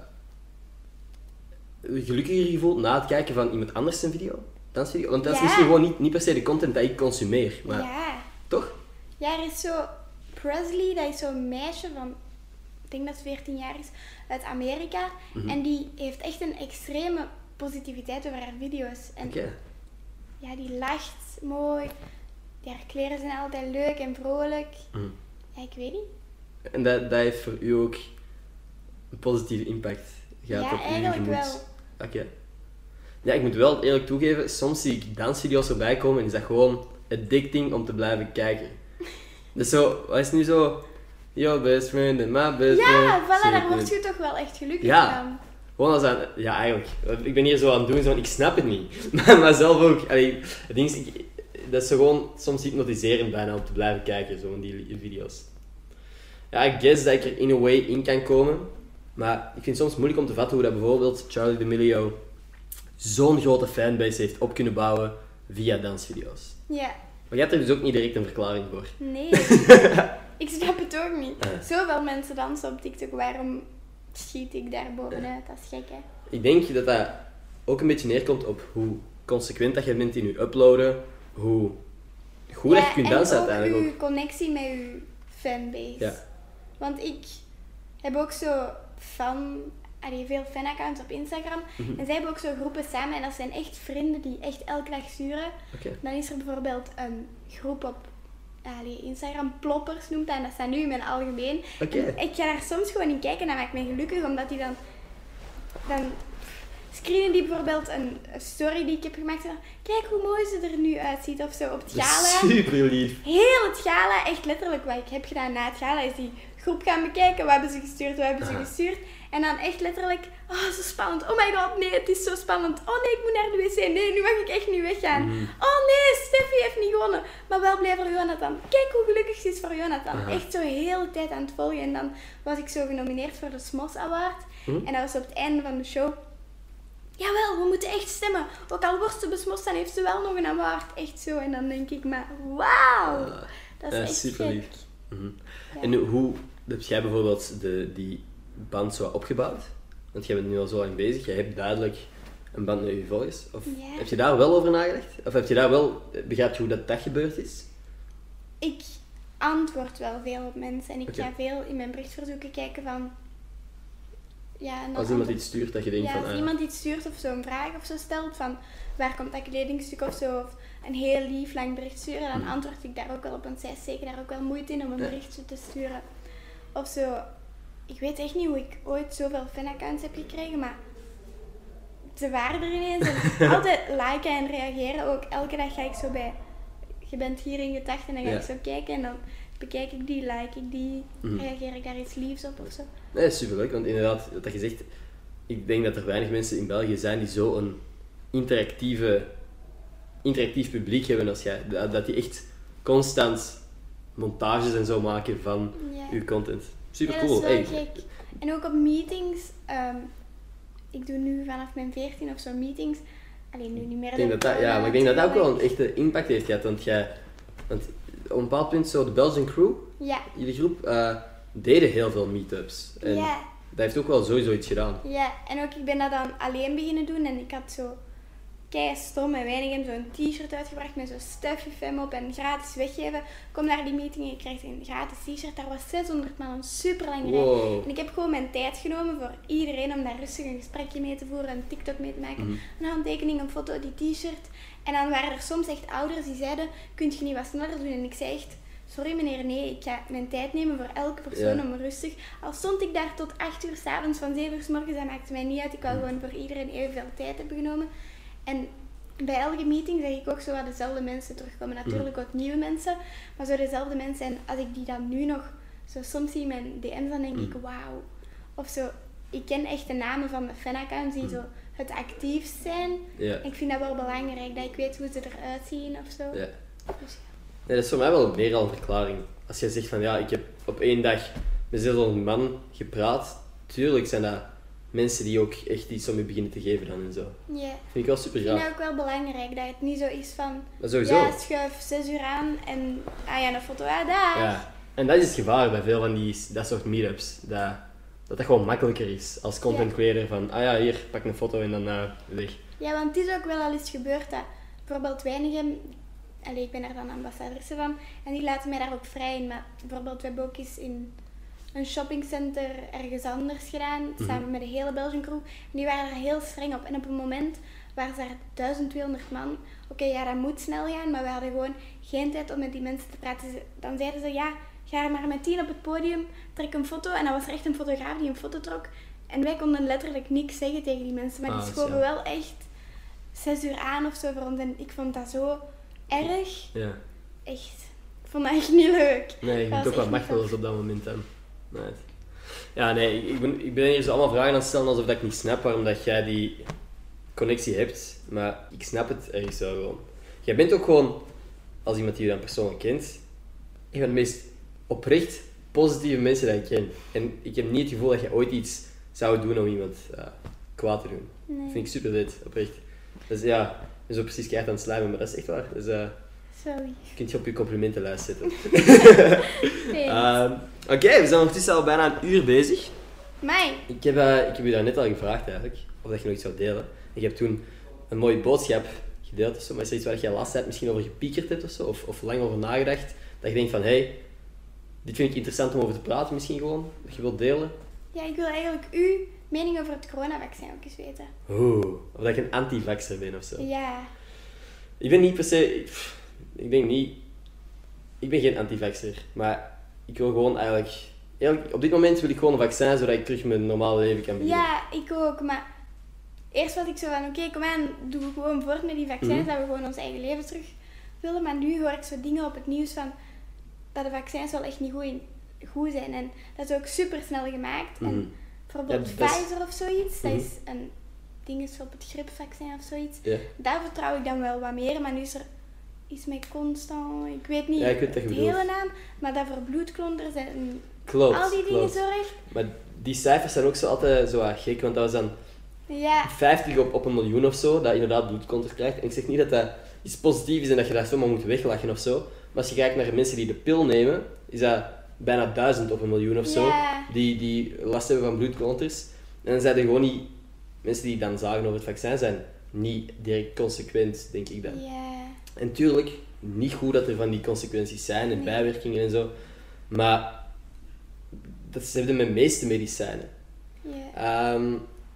gelukkiger gevoeld na het kijken van iemand anders zijn video? Dansvideo? Want dat is Ja. misschien gewoon niet, niet per se de content dat ik consumeer, maar Ja. toch? Ja, er is zo... Presley, dat is zo'n meisje van... Ik denk dat ze veertien jaar is, uit Amerika. Mhm. En die heeft echt een extreme positiviteit over haar video's. En Oké. ja, die lacht mooi. Die haar kleren zijn altijd leuk en vrolijk. Mhm. Ja, ik weet niet. En dat, dat heeft voor u ook een positieve impact gehad Ja, op uw eigenlijk gemoed? wel. Oké. Ja, ik moet wel eerlijk toegeven, soms zie ik dansvideo's erbij komen en is dat gewoon addicting om te blijven kijken. Dus zo, wat is nu zo? Your best friend and my best friend. Ja, voilà, Zo, daar word ik- je toch wel echt gelukkig Ja. van. Gewoon als aan, ja eigenlijk, ik ben hier zo aan het doen, zo, van, ik snap het niet. Maar, maar zelf ook, allee, het ding is, ik, dat is zo gewoon soms hypnotiserend bijna om te blijven kijken, zo van die video's. Ja, ik guess dat ik er in a way in kan komen, maar ik vind het soms moeilijk om te vatten hoe dat bijvoorbeeld Charli D'Amelio zo'n grote fanbase heeft op kunnen bouwen via dansvideo's. Ja, Maar je hebt er dus ook niet direct een verklaring voor. nee. Ik snap het ook niet. Ah. Zoveel mensen dansen op TikTok, waarom schiet ik daar bovenuit? Dat is gek, hè? Ik denk dat dat ook een beetje neerkomt op hoe consequent dat je bent in je uploaden, hoe goed dat je kunt dansen en ook uiteindelijk ook. uw connectie met uw fanbase. Ja. Want ik heb ook zo fan, allee, veel fanaccounts op Instagram. Mhm. En zij hebben ook zo groepen samen en dat zijn echt vrienden die echt elke dag sturen. Oké. Dan is er bijvoorbeeld een groep op allee, Instagram, Ploppers noemt dat, en dat staat nu in mijn algemeen. Oké. En ik ga daar soms gewoon in kijken en dat maakt mij gelukkig, omdat die dan... dan screenen die bijvoorbeeld een een story die ik heb gemaakt. En dan, kijk hoe mooi ze er nu uitziet of zo op het gala. Super lief. Heel het gala, echt letterlijk wat ik heb gedaan na het gala, is die groep gaan bekijken. Wat hebben ze gestuurd, wat hebben ze Aha. gestuurd. En dan echt letterlijk, oh zo spannend, oh my god, nee, het is zo spannend. Oh nee, ik moet naar de wc, nee, nu mag ik echt niet weggaan. Mm. Oh nee, Steffi heeft niet gewonnen. Maar wel blij voor Jonathan. Kijk hoe gelukkig ze is voor Jonathan. Aha. Echt zo heel de tijd aan het volgen. En dan was ik zo genomineerd voor de S M O S Award. Hm? En dat was op het einde van de show. Jawel, we moeten echt stemmen. Ook al wordt ze besmost, dan heeft ze wel nog een award. Echt zo. En dan denk ik, maar wauw. Ah, Dat is ja, echt super gek. lief. Mhm. Ja. En hoe heb jij bijvoorbeeld de, die band zo opgebouwd? Want jij bent nu al zo lang bezig, jij hebt duidelijk een band met je volgers. Of Ja. heb je daar wel over nagedacht? Of heb je daar wel, begrijp je hoe dat, dat gebeurd is? Ik antwoord wel veel op mensen. En ik Oké. ga veel in mijn berichtverzoeken kijken van... Ja, en dan Als iemand antwoord- iets stuurt dat je denkt Ja, van... als ah, iemand iets stuurt of zo een vraag of zo stelt van waar komt dat kledingstuk of zo, of een heel lief lang bericht sturen, dan Mhm. antwoord ik daar ook wel op, want zij steken daar ook wel moeite in om een Ja. berichtje te sturen. Of zo, ik weet echt niet hoe ik ooit zoveel fanaccounts heb gekregen, maar ze waren er ineens. En altijd liken en reageren ook. Elke dag ga ik zo bij, je bent hier in gedachten, en dan ga Ja. ik zo kijken en dan bekijk ik die, like ik die, Mhm. reageer ik daar iets liefs op of zo. Nee, superleuk, want inderdaad, wat je zegt, ik denk dat er weinig mensen in België zijn die zo'n interactieve, interactief publiek hebben als jij. Dat, dat die echt constant montages en zo maken van Ja. uw content. Super Ja, cool. dat is wel Hey. gek. En ook op meetings. ehm, ik doe nu vanaf mijn veertien of zo meetings. Alleen nu niet meer. Ik denk dat dat, ja, maar ik denk dat dat ook wel een echte impact heeft gehad, want jij, want op een bepaald punt zo de Belgian Crew, Ja, jullie groep, eh, deden heel veel meetups. En ja, dat heeft ook wel sowieso iets gedaan. ja. En ook ik ben dat dan alleen beginnen doen. En ik had zo kei stom en weinig zo'n t-shirt uitgebracht met zo'n Steffi Fem op en gratis weggeven. Kom naar die meeting en je krijgt een gratis t-shirt. Daar was zeshonderd man, een super lange rij. Wow. En ik heb gewoon mijn tijd genomen voor iedereen om daar rustig een gesprekje mee te voeren, een TikTok mee te maken. Mhm. Een handtekening, een foto, die t-shirt. En dan waren er soms echt ouders die zeiden, kunt je niet wat sneller doen? En ik zei echt, sorry meneer, nee, ik ga mijn tijd nemen voor elke persoon Ja. om rustig. Al stond ik daar tot acht uur 's avonds, van zeven uur 's morgens, dat maakte mij niet uit. Ik wou gewoon voor iedereen evenveel tijd hebben genomen. En bij elke meeting zeg ik ook zo wat dezelfde mensen terugkomen. Natuurlijk ook nieuwe mensen, maar zo dezelfde mensen. En als ik die dan nu nog zo soms zie in mijn D M's, dan denk ik, wauw. Of zo, ik ken echt de namen van de fanaccounts die zo het actiefst zijn. Ja. Ik vind dat wel belangrijk, dat ik weet hoe ze eruit zien of zo. Ja. Dus, Nee, dat is voor mij wel meer al een verklaring. Als jij zegt van ja, ik heb op één dag met zeshonderd man gepraat, tuurlijk zijn dat mensen die ook echt iets om je beginnen te geven dan en zo. ja. Vind ik wel super Ik vind gaaf. dat ook wel belangrijk, dat het niet zo is van... Maar sowieso. Ja, schuif zes uur aan en... Ah ja, een foto, ah, daar. Ja. En dat is het gevaar bij veel van die, dat soort meetups. Dat, dat dat gewoon makkelijker is als content Ja. creator van ah ja, hier, pak een foto en dan uh, weg. Ja, want het is ook wel al eens gebeurd dat bijvoorbeeld weinigen... Allee, ik ben daar dan ambassadrice van en die laten mij daar ook vrij in. Maar bijvoorbeeld, we hebben ook eens in een shoppingcenter ergens anders gedaan, Mhm. samen met de hele Belgian crew. En die waren er heel streng op. En op een moment waren er duizend tweehonderd man. Oké, ja, dat moet snel gaan, maar we hadden gewoon geen tijd om met die mensen te praten. Ze- Dan zeiden ze, ja, ga er maar met tien op het podium, trek een foto. En dan was er echt een fotograaf die een foto trok. En wij konden letterlijk niks zeggen tegen die mensen. Maar Ah, die dat is schoven jammer. wel echt zes uur aan of zo voor ons. En ik vond dat zo erg. Ja. Echt. Ik vond dat echt niet leuk. Nee, je Dat bent was ook wat echt niet machteloos op dat moment dan. Nee. Ja, nee, ik ben, ik ben hier zo allemaal vragen aan het stellen alsof dat ik niet snap waarom dat jij die connectie hebt. Maar ik snap het ergens wel gewoon. Jij bent ook gewoon, als iemand die je dan persoonlijk kent, een van de meest oprecht positieve mensen die ik ken. En ik heb niet het gevoel dat je ooit iets zou doen om iemand uh, kwaad te doen. Nee. Dat vind ik super vet, oprecht. Dus ja, ik ben zo precies keihard aan het slijmen, maar dat is echt waar. Dus uh, Sorry. kun je op je complimentenlijst zetten. Nee. Ehm, Oké, we zijn ondertussen al bijna een uur bezig. Mij. Ik heb, uh, ik heb je daar net al gevraagd eigenlijk, of dat je nog iets zou delen. Ik heb toen een mooie boodschap gedeeld of zo, maar is er iets waar je de laatste tijd misschien over gepiekerd hebt of zo, of, of lang over nagedacht, dat je denkt van, hé, hey, dit vind ik interessant om over te praten misschien gewoon, dat je wilt delen? Ja, ik wil eigenlijk uw mening over het coronavaccin ook eens weten. Oeh, of dat ik een anti-vaxxer ben of zo. Ja. Ik ben niet per se, ik, ik denk niet, ik ben geen anti-vaxxer, maar ik wil gewoon eigenlijk, eigenlijk, op dit moment wil ik gewoon een vaccin zodat ik terug mijn normale leven kan beginnen. Ja, ik ook. Maar eerst was ik zo van, oké, kom aan, doen we gewoon voort met die vaccins, Mhm. dat we gewoon ons eigen leven terug willen. Maar nu hoor ik zo dingen op het nieuws van, dat de vaccins wel echt niet goed, in, goed zijn. En dat is ook super snel gemaakt. Mhm. En bijvoorbeeld Ja, dat is- Pfizer of zoiets, dat Mhm. is een ding is op het griepvaccin of zoiets. Ja. Daar vertrouw ik dan wel wat meer, maar nu is er iets met constant, ik weet niet Ja, ik weet wat de je bedoelt. hele naam, maar dat voor bloedklonters en Klopt, al die dingen klopt. zorgt. Maar die cijfers zijn ook zo altijd zo wat gek, want dat was dan Ja, vijftig op, op een miljoen of zo, dat inderdaad bloedkonters krijgt. En ik zeg niet dat dat iets positiefs is en dat je dat zomaar moet weglachen of zo. Maar als je kijkt naar mensen die de pil nemen, is dat bijna duizend op een miljoen of zo, Ja. die, die last hebben van bloedklonters. En dan zijn er gewoon niet, mensen die dan zagen over het vaccin zijn, niet direct consequent, denk ik dan. ja, En tuurlijk, niet goed dat er van die consequenties zijn en Nee. bijwerkingen en zo. Maar dat is hebben met de meeste medicijnen. ja. Ehm,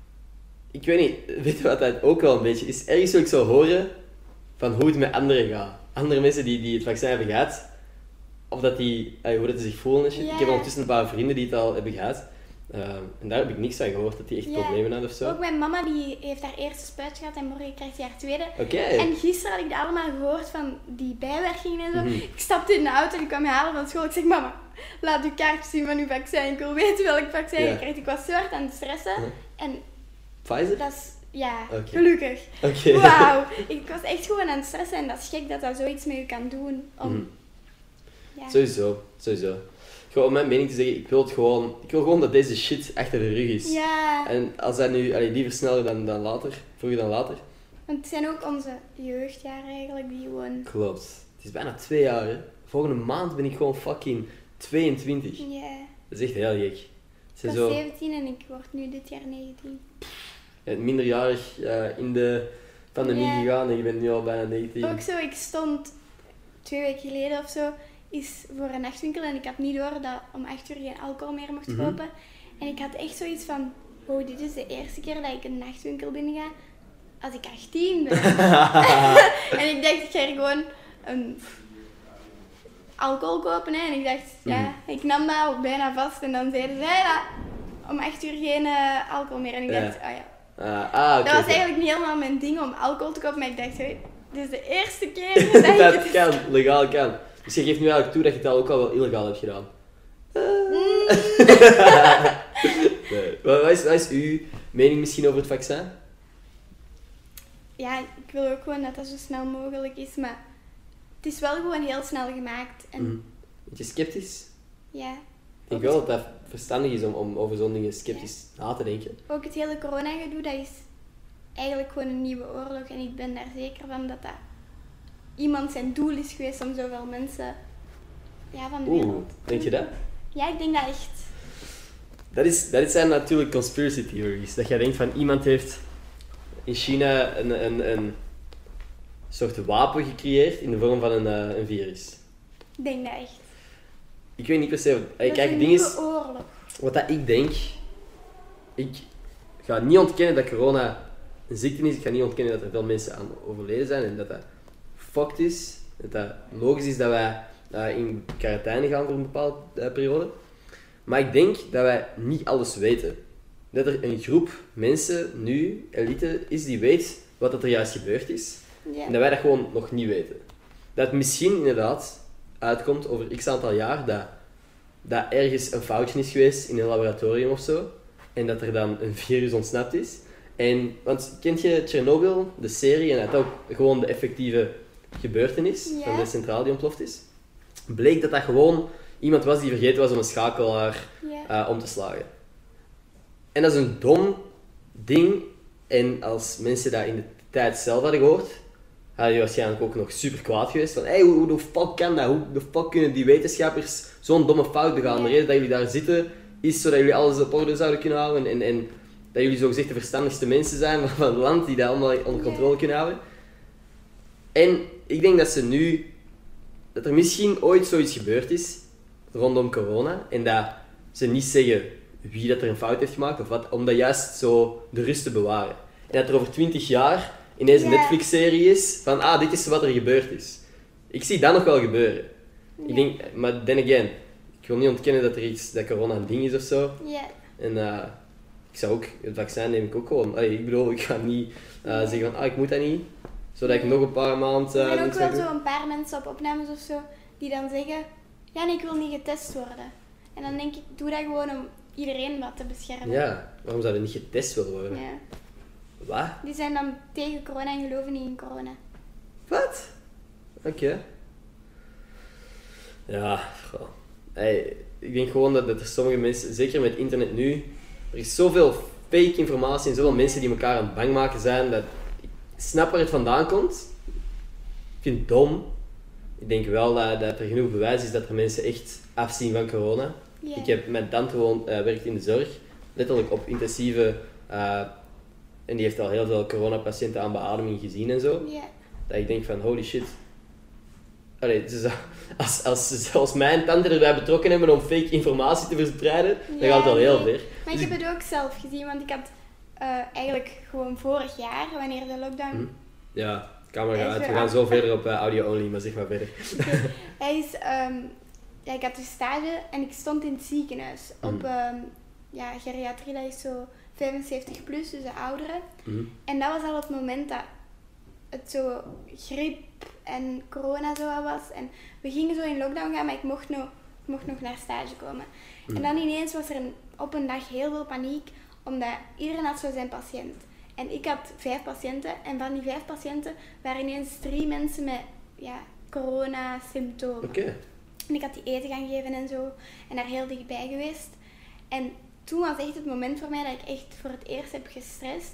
ik weet niet, weet je wat dat ook wel een beetje is? Ergens wil ik zo horen van hoe het met anderen gaat. Andere mensen die, die het vaccin hebben gehad, of dat die, eh, hoe dat die zich voelen en shit. Ja. Ik heb ondertussen een paar vrienden die het al hebben gehad. Ehm, en daar heb ik niks van gehoord, dat die echt Ja. problemen hadden of zo. Ook mijn mama die heeft haar eerste spuit gehad en morgen krijgt ze haar tweede. Oké. En gisteren had ik dat allemaal gehoord van die bijwerkingen en zo. Mhm. Ik stapte in de auto en ik kwam me halen van school. Ik zeg, mama, laat uw kaartje zien van uw vaccin. Ik wil weten welk vaccin Ja. je krijgt. Ik was zo hard aan het stressen. Mhm. En Pfizer? dat is, ja, Oké. gelukkig. Oké. Wauw. Ik was echt gewoon aan het stressen en dat is gek dat dat zoiets met u kan doen. Om, Mhm. ja. Sowieso, sowieso. Gewoon om mijn mening te zeggen, ik wil het gewoon, ik wil gewoon dat deze shit achter de rug is. Ja, En als dat nu, allee, liever sneller dan, dan later, vroeger dan later. want het zijn ook onze jeugdjaren eigenlijk die gewoon... Klopt. Het is bijna twee jaar, hè. Volgende maand ben ik gewoon fucking tweeëntwintig. Ja. Dat is echt heel gek. Het Ik zijn was zo zeventien en ik word nu dit jaar negentien. ja, minderjarig uh, in de pandemie Ja. gegaan en je bent nu al bijna negentien. Ook zo, ik stond twee weken geleden of zo is voor een nachtwinkel en ik had niet door dat om acht uur geen alcohol meer mocht Mhm. kopen. En ik had echt zoiets van, wow, dit is de eerste keer dat ik een nachtwinkel binnen ga als ik achttien ben. En ik dacht, ik ga hier gewoon een alcohol kopen. Hè. En ik dacht, ja, Mhm. ik nam dat al bijna vast en dan zeiden zij dat om acht uur geen uh, alcohol meer. En ik Ja. dacht, oh ja. Ah, ah, oké. Dat was oké. eigenlijk niet helemaal mijn ding om alcohol te kopen, maar ik dacht, hey, dit is de eerste keer dat ik dat het... kan, legaal kan. Dus je geeft nu eigenlijk toe dat je het al ook al wel illegaal hebt gedaan. Mm. Nee. Wat is, wat is uw mening misschien over het vaccin? Ja, ik wil ook gewoon dat dat zo snel mogelijk is, maar het is wel gewoon heel snel gemaakt. En Mm. Beetje sceptisch? ja, Ik denk wel dat dat verstandig is om, om over zo'n dingen sceptisch na te denken. ook het hele corona-gedoe, dat is eigenlijk gewoon een nieuwe oorlog. En ik ben daar zeker van dat dat iemand zijn doel is geweest om zoveel mensen ja, van de Oeh, wereld... denk je dat? Ja, ik denk dat echt. Dat, is, dat zijn natuurlijk conspiracy theories. Dat jij denkt van iemand heeft in China een, een, een soort wapen gecreëerd in de vorm van een, uh, een virus. Ik denk dat echt. Ik weet niet per se... Hey, Dat kijk, is het een ding nieuwe is... oorlog. Wat dat ik denk... Ik ga niet ontkennen dat corona een ziekte is. Ik ga niet ontkennen dat er veel mensen aan overleden zijn en dat dat fucked is. Dat dat logisch is dat wij uh, in quarantaine gaan voor een bepaalde uh, periode. Maar ik denk dat wij niet alles weten. Dat er een groep mensen nu, elite, is die weet wat dat er juist gebeurd is. Ja. En dat wij dat gewoon nog niet weten. Dat het misschien inderdaad uitkomt over x aantal jaar dat, dat ergens een foutje is geweest in een laboratorium of zo. En dat er dan een virus ontsnapt is. En, want kent je Chernobyl, de serie, en dat ook gewoon de effectieve gebeurtenis Ja. van de centrale die ontploft is? Bleek dat dat gewoon iemand was die vergeten was om een schakelaar Ja. uh, om te slagen. En dat is een dom ding. En als mensen dat in de tijd zelf hadden gehoord, hadden die waarschijnlijk ook nog super kwaad geweest. Van, hey, hoe, hoe de fuck kan dat? Hoe de fuck kunnen die wetenschappers zo'n domme fout begaan? Ja. De reden dat jullie daar zitten, is zodat jullie alles op orde zouden kunnen houden. En, en dat jullie zogezegd de verstandigste mensen zijn van, van het land, die dat allemaal onder controle kunnen houden. En ik denk dat ze nu... Dat er misschien ooit zoiets gebeurd is, rondom corona, en dat ze niet zeggen wie dat er een fout heeft gemaakt of wat, om dat juist zo de rust te bewaren. En dat er over twintig jaar ineens een Ja. Netflix-serie is van, ah, dit is wat er gebeurd is. Ik zie dat nog wel gebeuren. Ja. Ik denk, maar then again, ik wil niet ontkennen dat er iets, dat corona een ding is of zo. Ja. En uh, ik zou ook, het vaccin neem ik ook gewoon. Allee, ik bedoel, ik ga niet uh, zeggen van, ah, ik moet dat niet, zodat ik nog een paar maanden... Uh, Er zijn ook niks wel meer doe. zo een paar mensen op opnames of zo die dan zeggen: ja, nee, ik wil niet getest worden. En dan denk ik, doe dat gewoon om iedereen wat te beschermen. Ja, waarom zou er niet getest willen worden? Ja. Wat? Die zijn dan tegen corona en geloven niet in corona. Wat? Oké. Ja, goh. Hey, ik denk gewoon dat, dat er sommige mensen, zeker met internet nu, er is zoveel fake informatie en zoveel mensen die elkaar aan het bang maken zijn, dat ik snap waar het vandaan komt. Ik vind het dom. Ik denk wel dat, dat er genoeg bewijs is dat er mensen echt afzien van corona. Ja. Ik heb, mijn tante woont, uh, werkt in de zorg, letterlijk op intensieve, uh, en die heeft al heel veel coronapatiënten aan beademing gezien en zo. Ja. Dat ik denk van, holy shit. Allee, dus als, als ze zelfs mijn tante erbij betrokken hebben om fake informatie te verspreiden, dan Ja, gaat het al heel nee. ver. Maar Dus ik heb het ook zelf gezien, want ik had uh, eigenlijk gewoon vorig jaar, wanneer de lockdown... Hm. Ja, camera Hij gaat is uit. We weer gaan af. zo verder op uh, audio-only, maar zeg maar verder. Hij is, ehm, ja, ik had dus stage en ik stond in het ziekenhuis op Mhm. ehm, ja, geriatrie, dat is zo vijfenzeventig plus, dus de ouderen. Mhm. En dat was al het moment dat het zo griep en corona zo wat was. En we gingen zo in lockdown gaan, maar ik mocht nog, ik mocht nog naar stage komen. Mhm. En dan ineens was er een, op een dag heel veel paniek, omdat iedereen had zo zijn patiënt. En ik had vijf patiënten en van die vijf patiënten waren ineens drie mensen met ja, corona-symptomen. Oké. En ik had die eten gaan geven en zo. En daar heel dichtbij geweest. En toen was echt het moment voor mij dat ik echt voor het eerst heb gestrest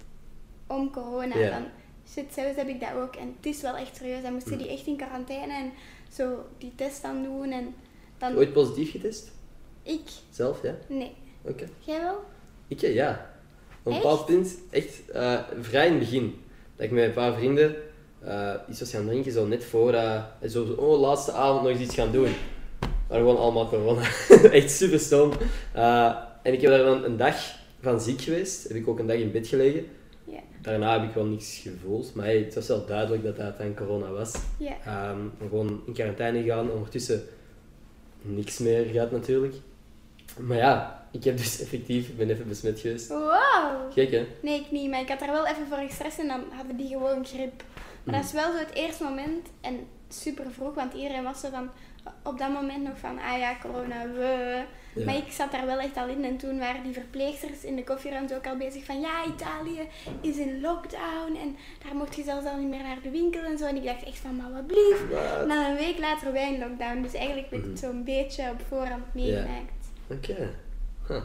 om corona. Ja. Dan, shit, zelfs heb ik dat ook. En het is wel echt serieus. Dan moesten Mm. die echt in quarantaine en zo die test dan doen. En dan... Ooit positief getest? Ik? Zelf, ja? Nee. Oké. Jij wel? Ik, ja. Op een Echt? bepaald punt, echt uh, vrij in het begin, dat ik met een paar vrienden uh, iets was gaan drinken, zo net voor, uh, zo, zo, oh, laatste avond nog eens iets gaan doen. Maar gewoon allemaal corona. Echt super stom. Uh, en ik heb daar dan een dag van ziek geweest, heb ik ook een dag in bed gelegen. Ja. Daarna heb ik wel niks gevoeld, maar hey, het was wel duidelijk dat dat dan corona was. Ja. Um, gewoon in quarantaine gegaan, ondertussen niks meer gehad natuurlijk. Maar ja, ik heb dus effectief, ik ben even besmet geweest. Wow! Gek hè? Nee, ik niet. Maar ik had daar wel even voor gestrest en dan hadden die gewoon grip. Maar dat is wel zo het eerste moment en super vroeg, want iedereen was zo van, op dat moment nog van, ah ja, corona, we. Ja. Maar ik zat daar wel echt al in en toen waren die verpleegsters in de koffieruimte ook al bezig van ja, Italië is in lockdown en daar mocht je zelfs al niet meer naar de winkel en zo. En ik dacht echt van, maar wat blieft. En dan een week later wij in lockdown, dus eigenlijk werd het zo'n beetje op voorhand meegemaakt. Oké. Okay. Huh.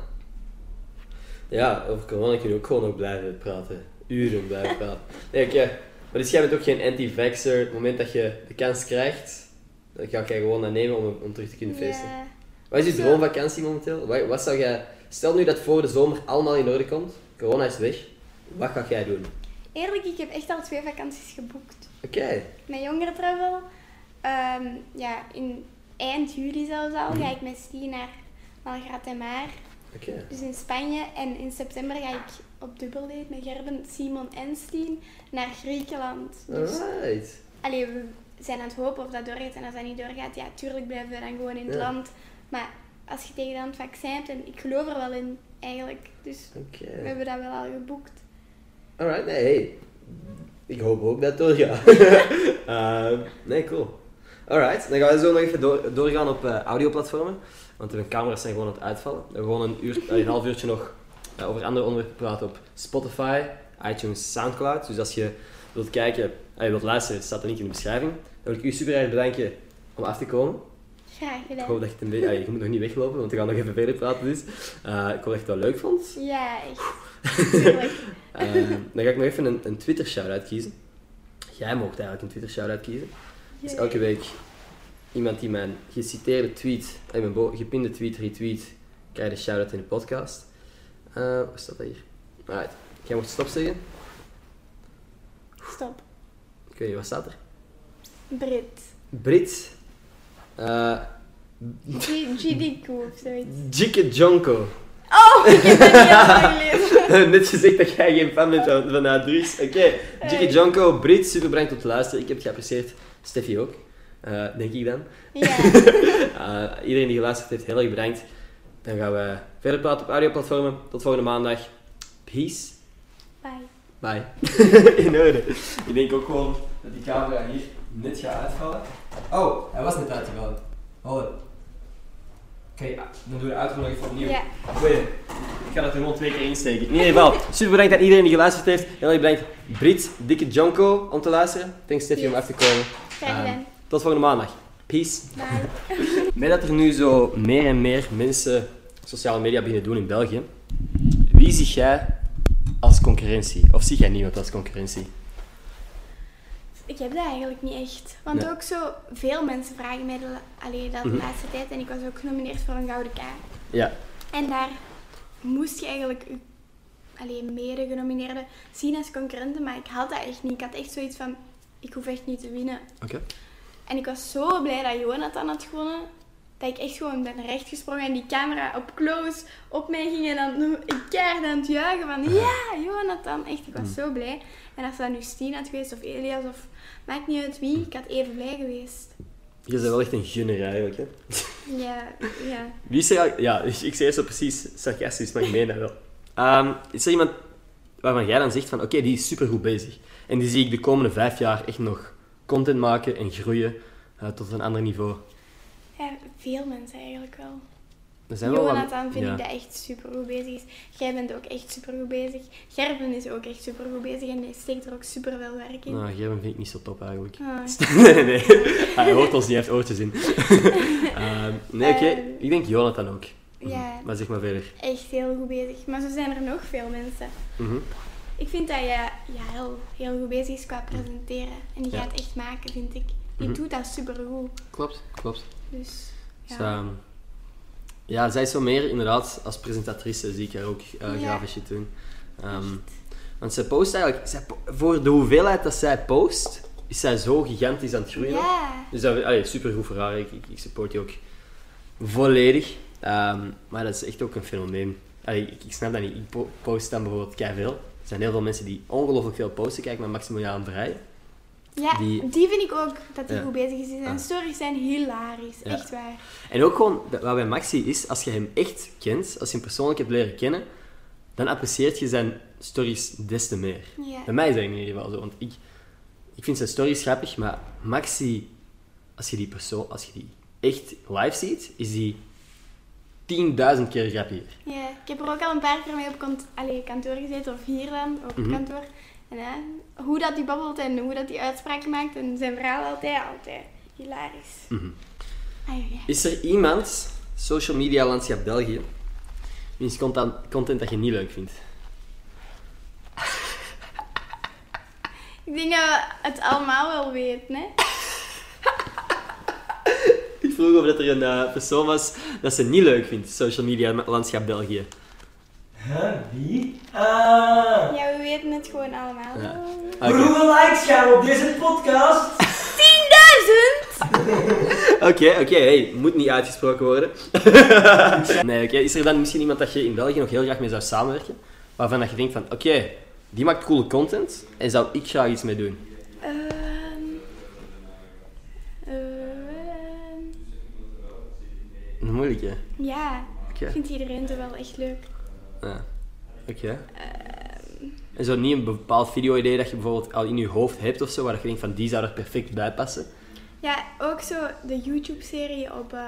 Ja, over corona kun je ook gewoon nog blijven praten. Uren blijven praten. Nee, oké. Okay. Maar dus jij bent ook geen anti-vaxxer. Het moment dat je de kans krijgt, dan ga jij gewoon dat nemen om, om terug te kunnen feesten. Ja. Wat is je droomvakantie momenteel? Wat, wat zou jij... Stel nu dat voor de zomer allemaal in orde komt, corona is weg, wat ga jij doen? Eerlijk, ik heb echt al twee vakanties geboekt. Oké. Okay. Met jongerentravel. Um, ja, in eind juli zelfs al ga ik met Stien naar Malgrat en Maar. Okay. Dus in Spanje. En in september ga ik op dubbeldate met Gerben, Simon en Stien naar Griekenland. Dus, alright. Allee, we zijn aan het hopen of dat doorgaat. En als dat niet doorgaat, ja, tuurlijk blijven we dan gewoon in het ja. land. Maar als je tegen dan het vaccin hebt, en ik geloof er wel in, eigenlijk. Dus okay. we hebben dat wel al geboekt. Alright, nee, hey. Ik hoop ook dat het doorgaat. uh, nee, cool. Alright, dan gaan we zo nog even door, doorgaan op uh, audioplatformen. Want de camera's zijn gewoon aan het uitvallen. We gaan gewoon een, uur, een half uurtje nog uh, over andere onderwerpen praten op Spotify, iTunes, Soundcloud. Dus als je wilt kijken, uh, je wilt luisteren, staat de link in de beschrijving. Dan wil ik u super erg bedanken om af te komen. Graag gedaan. Ik hoop dat je het een beetje... Uh, je moet nog niet weglopen, want we gaan nog even verder praten dus. Uh, ik hoop dat je het wel leuk vond. Ja, echt. Tuurlijk. uh, dan ga ik nog even een, een Twitter shout-out kiezen. Jij mocht eigenlijk een Twitter shout-out kiezen. Dus Yay. elke week iemand die mijn geciteerde tweet, eh, mijn bo- gepinde tweet retweet, krijgt een shout-out in de podcast. Uh, waar staat dat hier? Alright. Jij mocht stop zeggen. Stop. Ik weet niet, wat staat er? Brit. Brit. Uh, G D Q of zoiets. Jikke Jonko. Oh, ik heb het niet al gelezen. Net gezegd dat jij geen fan bent van, van haar drugs. Oké, okay. Jikke Jonko, Brit, super bedankt om te luisteren. Ik heb het geapprecieerd. Steffi ook, uh, denk ik dan. Ja. uh, iedereen die geluisterd heeft, heel erg bedankt. Dan gaan we verder praten op audioplatformen. Tot volgende maandag. Peace. Bye. Bye. In orde. Ik denk ook gewoon dat die camera hier net gaat uitvallen. Oh, hij was net uitgevallen. Hold it. Oké, okay, dan doen we de outro nog even opnieuw. Ja. Goeie. Ik ga dat er gewoon twee keer insteken. In ieder geval, super bedankt aan iedereen die geluisterd heeft. Heel erg bedankt Brit, Dikke Jonko om te luisteren. Thanks Steffi yes. om af te komen. Graag gedaan. Um, tot volgende maandag. Peace. Bye. Met dat er nu zo meer en meer mensen sociale media beginnen doen in België, wie zie jij als concurrentie? Of zie jij niemand als concurrentie? Ik heb dat eigenlijk niet echt. Want nee. ook zo veel mensen vragen mij de, allee, dat de mm-hmm. laatste tijd. En ik was ook genomineerd voor een Gouden Kaart. Ja. En daar moest je eigenlijk alleen mede genomineerden zien als concurrenten. Maar ik had dat echt niet. Ik had echt zoiets van, ik hoef echt niet te winnen. Oké. Okay. En ik was zo blij dat Jonathan had gewonnen. Dat ik echt gewoon ben rechtgesprongen en die camera op close op mij ging. En dan ik keihard aan het juichen van, ja, Jonathan. Echt, ik was mm. zo blij. En als dat nu Stien had geweest of Elias of maakt niet uit wie, ik had even blij geweest. Je bent wel echt een gunner eigenlijk, hè? Ja, ja. Wie is er... Ja, ik zei zo precies sarcastisch, maar ik meen dat wel. Um, is er iemand waarvan jij dan zegt van, oké, okay, die is supergoed bezig. En die zie ik de komende vijf jaar echt nog content maken en groeien uh, tot een ander niveau? Ja, veel mensen eigenlijk wel. Er zijn Jonathan wel wat... vind ja. ik dat echt supergoed bezig is. Jij bent ook echt supergoed bezig. Gerben is ook echt supergoed bezig en die steekt er ook superveel werk in. Nou, Gerben vind ik niet zo top eigenlijk. Oh. nee, nee. Hij hoort ons niet, hij heeft oortjes in. uh, nee, oké. Okay. Uh, ik denk Jonathan ook. Ja. Maar zeg maar verder. Echt heel goed bezig. Maar zo zijn er nog veel mensen. Mm-hmm. Ik vind dat je ja, heel, heel goed bezig is qua presenteren. En die ja. gaat echt maken, vind ik. Je mm-hmm. doet dat supergoed. Klopt, klopt. Dus, ja. Dus, um, ja, zij is zo meer inderdaad als presentatrice, zie ik haar ook uh, ja. grave shit doen. Um, want zij post eigenlijk, zij po- voor de hoeveelheid dat zij post, is zij zo gigantisch aan het groeien. Ja. Dus dat is super goed voor haar, ik, ik, ik support die ook volledig. Um, maar dat is echt ook een fenomeen. Allee, ik, ik snap dat niet, ik po- post dan bijvoorbeeld keiveel. Er zijn heel veel mensen die ongelooflijk veel posten, kijken naar Maximiliaan Vrij. Ja, die, die vind ik ook dat hij ja. goed bezig is. En ah. stories zijn hilarisch, ja. echt waar. En ook gewoon, wat bij Maxi is, als je hem echt kent, als je hem persoonlijk hebt leren kennen, dan apprecieert je zijn stories des te meer. Ja. Bij mij is dat in ieder geval zo, want ik, ik vind zijn stories grappig, maar Maxi, als je die persoon, als je die echt live ziet, is die tienduizend keer grappiger. Ja, ik heb er ook al een paar keer mee op kant allee, kantoor gezeten, of hier dan, op Mhm. kantoor. En ja, hoe dat die babbelt en hoe dat die uitspraken maakt en zijn verhaal altijd, altijd hilarisch. Mhm. Ah, ja. Is er iemand, social media landschap België, wiens content, content dat je niet leuk vindt? Ik denk dat we het allemaal wel weten, hè. Ik vroeg of dat er een uh, persoon was dat ze niet leuk vindt, social media landschap België. Huh, wie? Ah. Ja, we weten het gewoon allemaal. Ja. Voor Oké, hoeveel likes gaan we op deze podcast? tienduizend! oké, oké, hey, moet niet uitgesproken worden. Nee, oké, is er dan misschien iemand dat je in België nog heel graag mee zou samenwerken? Waarvan dat je denkt van, oké, die maakt coole content en zou ik graag iets mee doen? Ehm ehm, Moeilijk, hè? ja, Oké. ik vind iedereen zo wel echt leuk. Ja. Oké. Ehm, En zo niet een bepaald video-idee dat je bijvoorbeeld al in je hoofd hebt of zo, waar je denkt van, die zou er perfect bij passen? ja, ook zo de YouTube-serie op uh,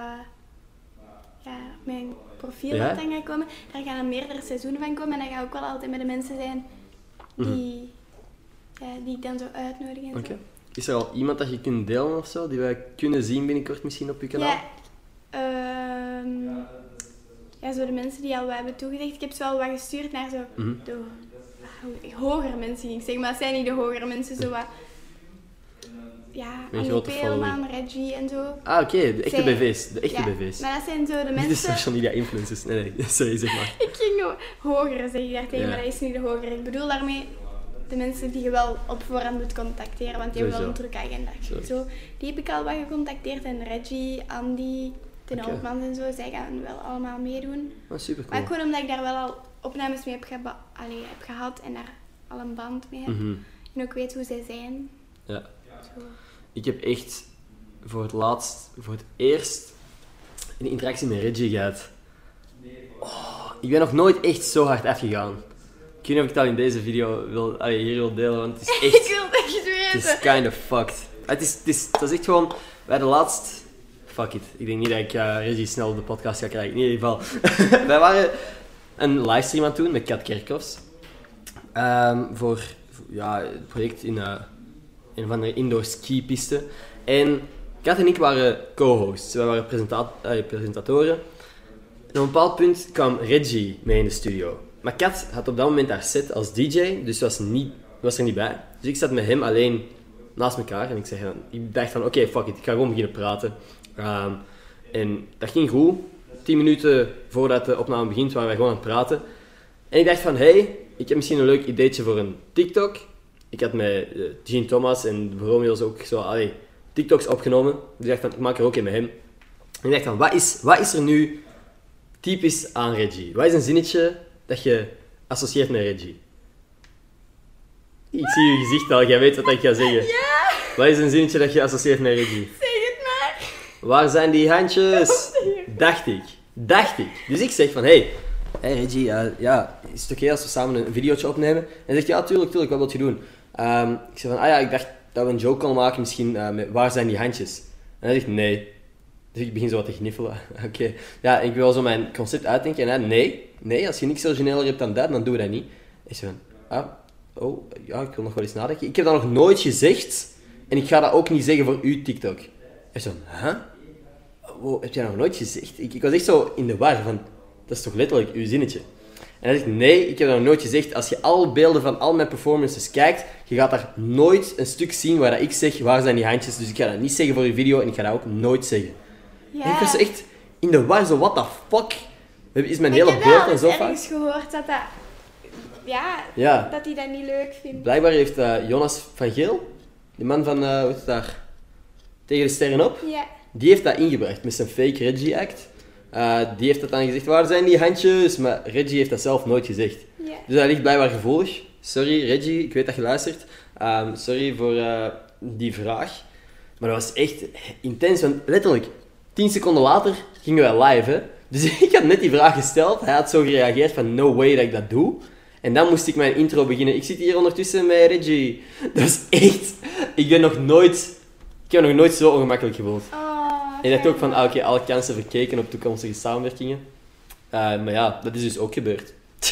ja, mijn profiel Ja? dat dan gaat komen. Daar gaan er meerdere seizoenen van komen en dan ga ik ook wel altijd met de mensen zijn die, ja, die ik dan zo uitnodigen. En Oké. zo. Is er al iemand dat je kunt delen of zo, die wij kunnen zien binnenkort misschien op je kanaal? Ja, ehm, ja, zo de mensen die al wat hebben toegezegd. Ik heb ze wel wat gestuurd naar zo Mhm. de ho- hogere mensen, ging ik zeggen, maar het zijn niet de hogere mensen, zo wat. Ja, Met een Annie grote Peelman, Reggie en zo. Ah, oké, de echte Zij- B V's. De echte Ja, B V's. maar dat zijn zo de Niet de mensen. social media influencers. Nee, nee, sorry, zeg maar. Ik ging nog hogere zeg ik daar tegen, Ja. maar dat is niet de hogere. Ik bedoel daarmee de mensen die je wel op voorhand moet contacteren, want die hebben wel een Sowieso. drukke agenda. Sowieso. Zo, die heb ik al wat gecontacteerd en Reggie, Andy, Ten Oké. Houtmans en zo, zij gaan wel allemaal meedoen. Oh, super Maar cool. gewoon omdat ik daar wel al opnames mee heb, geba- allee, heb gehad en daar al een band mee heb. Mhm. En ook weet hoe zij zijn. Ja. Zo. Ik heb echt voor het laatst, voor het eerst, een interactie met Reggie gehad. Oh, ik ben nog nooit echt zo hard afgegaan. Ik weet niet of ik dat in deze video wil, allee, hier wil delen, want het is Ik echt... wil het echt Het is weten. kind of fucked. Het is, het is, het is echt gewoon... Bij de laatst... Fuck it. Ik denk niet dat ik uh, Reggie snel op de podcast ga krijgen. In ieder geval. Wij waren een livestream aan het doen met Kat Kerkhoffs. Ehm, voor ja, het project in uh, een of andere indoor skipiste. En Kat en ik waren co-hosts. Wij waren presenta- uh, presentatoren. En op een bepaald punt kwam Reggie mee in de studio. Maar Kat had op dat moment haar set als D J, dus was, niet, was er niet bij. Dus ik zat met hem alleen naast elkaar en ik, zeg, dan, ik dacht van oké, okay, fuck it, ik ga gewoon beginnen praten. Um, en dat ging goed. Tien minuten voordat de opname begint waren wij gewoon aan het praten. En ik dacht van, hey, ik heb misschien een leuk ideetje voor een TikTok. Ik had met uh, Jean Thomas en Romeo's ook zo, allee, TikToks opgenomen. Dus ik dacht van, ik maak er ook een met hem. En ik dacht van, wat is, wat is er nu typisch aan Reggie? Wat is een zinnetje dat je associeert met Reggie? Ik zie je gezicht al, jij weet wat ik ga zeggen. Ja, Wat is een zinnetje dat je associeert met Reggie? zeg het maar. Waar zijn die handjes? Dacht ik. Dacht ik. Dus ik zeg van, hey, hey Reggie, uh, ja, is het oké als we samen een videootje opnemen? En hij zegt, ja, tuurlijk, tuurlijk, wat wil je doen? Um, ik zeg van, ah ja, ik dacht dat we een joke konden maken misschien uh, met waar zijn die handjes? En hij zegt, nee. Dus ik begin zo wat te gniffelen. Oké. Okay. Ja, ik wil zo mijn concept uitdenken. En hij, nee, nee, als je niks origineler hebt dan dat, dan doen we dat niet. Ik zeg van, ah, oh, ja, ik wil nog wel eens nadenken. Ik heb dat nog nooit gezegd. En ik ga dat ook niet zeggen voor uw TikTok. Hij zo, huh? Wow, heb jij nog nooit gezegd? Ik, ik was echt zo in de war van, dat is toch letterlijk uw zinnetje? En hij zegt, nee, ik heb dat nog nooit gezegd. Als je al beelden van al mijn performances kijkt, je gaat daar nooit een stuk zien waar dat ik zeg, waar zijn die handjes? Dus ik ga dat niet zeggen voor uw video en ik ga dat ook nooit zeggen. Ja. En ik was echt in de war, zo, what the fuck? Is mijn Maar hele ik heb beeld wel en eens zo vaak? ergens gehoord dat dat... Ja, Ja. dat hij dat niet leuk vindt. Blijkbaar heeft uh, Jonas van Geel, die man van, uh, hoe heet het daar, Tegen de Sterren Op, Ja. die heeft dat ingebracht met zijn fake Reggie act. Uh, die heeft dat dan gezegd, waar zijn die handjes? Maar Reggie heeft dat zelf nooit gezegd. Ja. Dus dat ligt blijkbaar gevoelig. Sorry Reggie, ik weet dat je luistert. Um, sorry voor uh, die vraag. Maar dat was echt intens, want letterlijk, tien seconden later gingen wij live. Hè? Dus ik had net die vraag gesteld. Hij had zo gereageerd van, no way dat ik dat doe. En dan moest ik mijn intro beginnen. Ik zit hier ondertussen met Reggie. Dat is echt... Ik ben nog nooit... Ik heb me nog nooit zo ongemakkelijk gevoeld. Oh, En ik dacht ook van, fijn. ah, oké, okay, alle kansen verkeken op toekomstige samenwerkingen. maar ja, dat is dus ook gebeurd.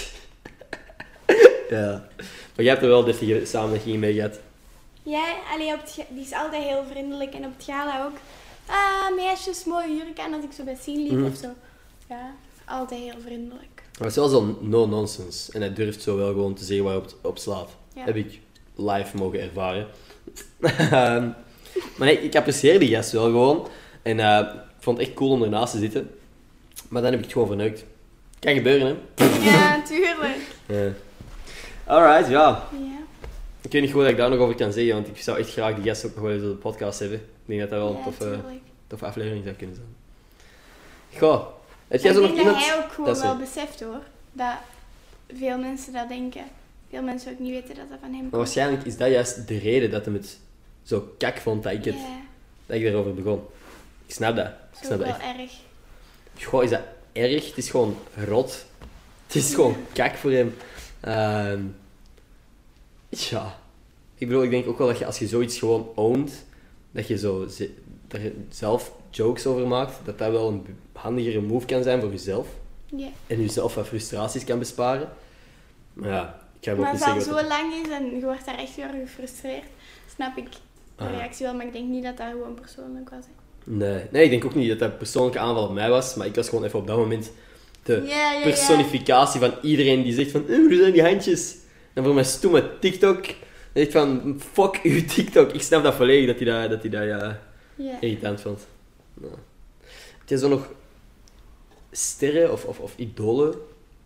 Ja. Maar jij hebt er wel deftig samenwerking mee gehad. Ja, allee, op het ga- die is altijd heel vriendelijk. En op het gala ook. Ah, meisjes, mooie jurk aan als ik zo bij zien liep Mhm. of zo. Ja, altijd heel vriendelijk. Maar het is wel zo no-nonsense. En hij durft zo wel gewoon te zeggen waar het op slaat. Ja. Heb ik live mogen ervaren. Ehm, maar nee, ik apprecieer die gast wel gewoon. En eh, ik vond het echt cool om ernaast te zitten. Maar dan heb ik het gewoon verneukt. Kan gebeuren, hè? Ja, tuurlijk. Ja. Alright, ja. Ja, Ik weet niet goed wat ik daar nog over kan zeggen, want ik zou echt graag die gast ook nog wel eens op de podcast hebben. Ik denk dat dat wel een ja toffe, tuurlijk. toffe aflevering zou kunnen zijn. Goh, heb jij Ik zo denk nog dat iemand... hij ook gewoon Dat is wel het. beseft hoor. Dat veel mensen dat denken. Veel mensen ook niet weten dat dat van hem komt. Maar waarschijnlijk is dat juist de reden dat hij het zo kak vond dat ik, het, Ja, dat ik erover begon. Ik snap dat. Ik dat is snap ook dat wel echt. erg. Goh, is dat erg? Het is gewoon rot. Het is gewoon kak voor hem. Ehm ja. Ik bedoel, ik denk ook wel dat je als je zoiets gewoon ownt, dat je zo ze- dat je zelf jokes over maakt, dat dat wel een handigere move kan zijn voor jezelf. Ja. En jezelf wat frustraties kan besparen. Maar ja, ik ga hem ook Maar niet als het zeggen al wat zo lang is en je wordt daar echt weer gefrustreerd, snap ik de Ah. reactie wel, maar ik denk niet dat dat gewoon persoonlijk was. Hè. Nee. nee, ik denk ook niet dat dat een persoonlijke aanval op mij was, maar ik was gewoon even op dat moment de Ja, ja, ja. personificatie van iedereen die zegt van, eh, waar zijn die handjes? En voor mijn stomme TikTok, dan zeg ik van, fuck uw TikTok. Ik snap dat volledig, dat hij dat, dat, hij dat ja, Ja. irritant vond. Nou. Heb jij zo nog sterren of, of, of idolen,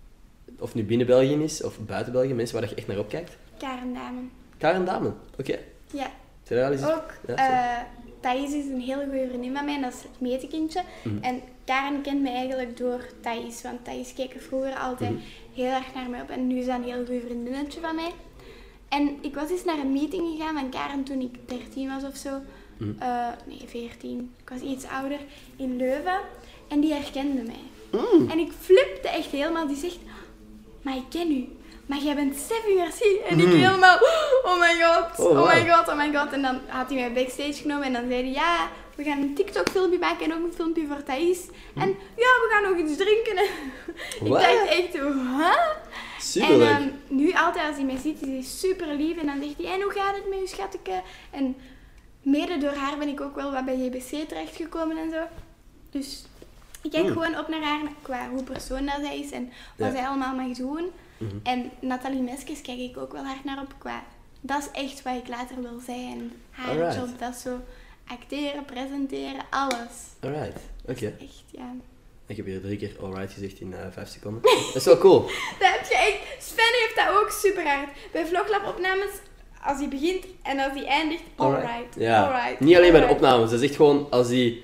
of nu binnen België is, of buiten België, mensen waar je echt naar opkijkt? Karen Damen. Karen Damen, oké. Ja, Zijn er al eens... ook. Ja, eh Thais is een hele goede vriendin van mij en dat is het metekindje. Mhm. En Karen kent mij eigenlijk door Thais, want Thais keek er vroeger altijd Mhm. heel erg naar mij op. En nu is dat een heel goed vriendinnetje van mij. En ik was eens naar een meeting gegaan van Karen toen ik dertien was of zo. Mhm. Eh, nee, veertien. Ik was iets ouder, in Leuven. En die herkende mij. Mm. En ik flipte echt helemaal. Die zegt, maar ik ken u. Maar jij bent Steffi Merci. En ik Mm. helemaal, oh my god, Oh, oh, wow. my god, oh my god. En dan had hij mij backstage genomen en dan zei hij, ja, we gaan een TikTok filmpje maken en ook een filmpje voor Thais. En ja, we gaan nog iets drinken. ik Wat? dacht echt, huh? Superleuk. En ehm, nu altijd als hij mij ziet, is hij super lief. En dan zegt hij, en hoe gaat het met je schatteke? En mede door haar ben ik ook wel wat bij J B C terechtgekomen en zo. Dus ik kijk Mm. gewoon op naar haar qua hoe persoon dat zij is en wat Ja. zij allemaal mag doen. Mhm. En Nathalie Meskes kijk ik ook wel hard naar op qua... Dat is echt wat ik later wil zijn. Haar Alright. job, dat is zo acteren, presenteren, alles. Alright, oké. Echt, ja. Ik heb hier drie keer alright gezegd in uh, vijf seconden. Dat is wel cool. Dat heb je echt... Sven heeft dat ook super hard. Bij Vloglab-opnames, als hij begint en als hij eindigt, alright, Ja, alright. niet alleen bij de alright. opnames. Dat is echt gewoon als, die,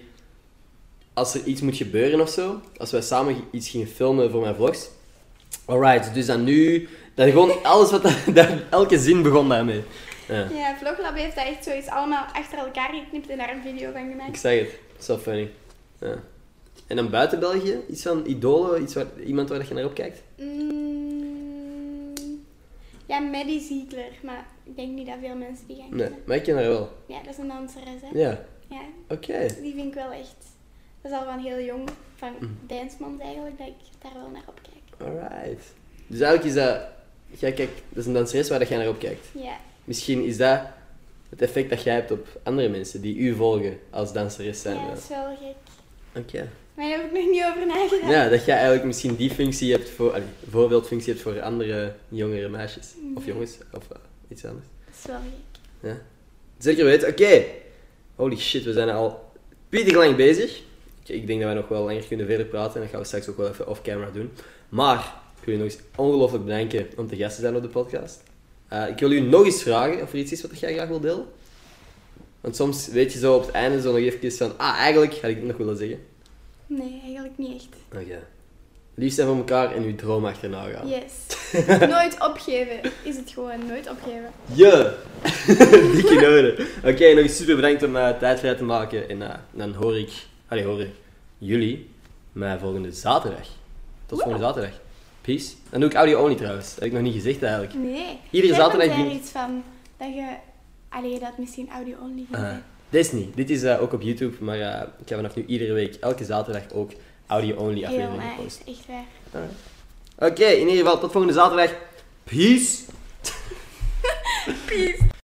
als er iets moet gebeuren of zo. Als wij samen iets gingen filmen voor mijn vlogs. Alright, dus dan nu... Dan gewoon alles wat... Dat, dat- elke zin begon daarmee. Ja, Ja, Vloglab heeft dat echt zoiets allemaal achter elkaar geknipt en daar een video van ik gemaakt. zeg het. Dat is wel funny. Ja. En dan buiten België? Iets van idolen? Iets waar, iemand waar je naar opkijkt? Mm, ja, Maddie Ziegler, maar ik denk niet dat veel mensen die gaan Nee, kennen. maar ik ken haar wel. Ja, dat is een danseres, hè. Ja, Ja, oké. die vind ik wel echt... Dat is al van heel jong, van Mhm. Dansmans eigenlijk, dat ik daar wel naar opkijk. Alright. Dus eigenlijk is dat... Jij kijkt, dat is een danseres waar jij naar opkijkt. Ja, Misschien is dat het effect dat jij hebt op andere mensen die u volgen als danseres zijn. ja, dat is wel gek. Oké. Maar daar heb ik nog niet over nagedacht. Ja, dat jij eigenlijk misschien die functie hebt voor... Allee, voorbeeldfunctie hebt voor andere jongere meisjes. Of Ja. jongens, of uh, iets anders. Dat is wel gek. Ja. Zeker weten. Oké. Holy shit, we zijn al pittig lang bezig. Ik, ik denk dat we nog wel langer kunnen verder praten. En dat gaan we straks ook wel even off-camera doen. Maar ik wil je nog eens ongelooflijk bedanken om te gast te zijn op de podcast. Uh, ik wil u nog eens vragen of er iets is wat jij graag wil delen. Want soms weet je zo op het einde zo nog even van... Ah, eigenlijk had ik het nog willen zeggen. Nee, eigenlijk niet echt. Oké. Lief zijn voor elkaar en uw droom achterna gaan. Yes. Nooit opgeven is het gewoon, nooit opgeven. Ja! Dikke noden. Oké, nog eens super bedankt om uh, tijd vrij te maken. En uh, dan hoor ik... Allee, horen jullie mij volgende zaterdag. Tot volgende zaterdag. Peace. Dan doe ik audio only trouwens. Dat heb ik nog niet gezegd eigenlijk. Nee. Iedere Jij zaterdag bent er doe ik- iets van dat je... Allee, dat misschien audio only gaat Uh, zijn. dit is niet. Dit is uh, ook op YouTube. Maar uh, ik ga vanaf nu iedere week, elke zaterdag ook audio only Heel afleveringen nice, posten. echt waar. Oké, okay, in ieder geval tot volgende zaterdag. Peace. Peace.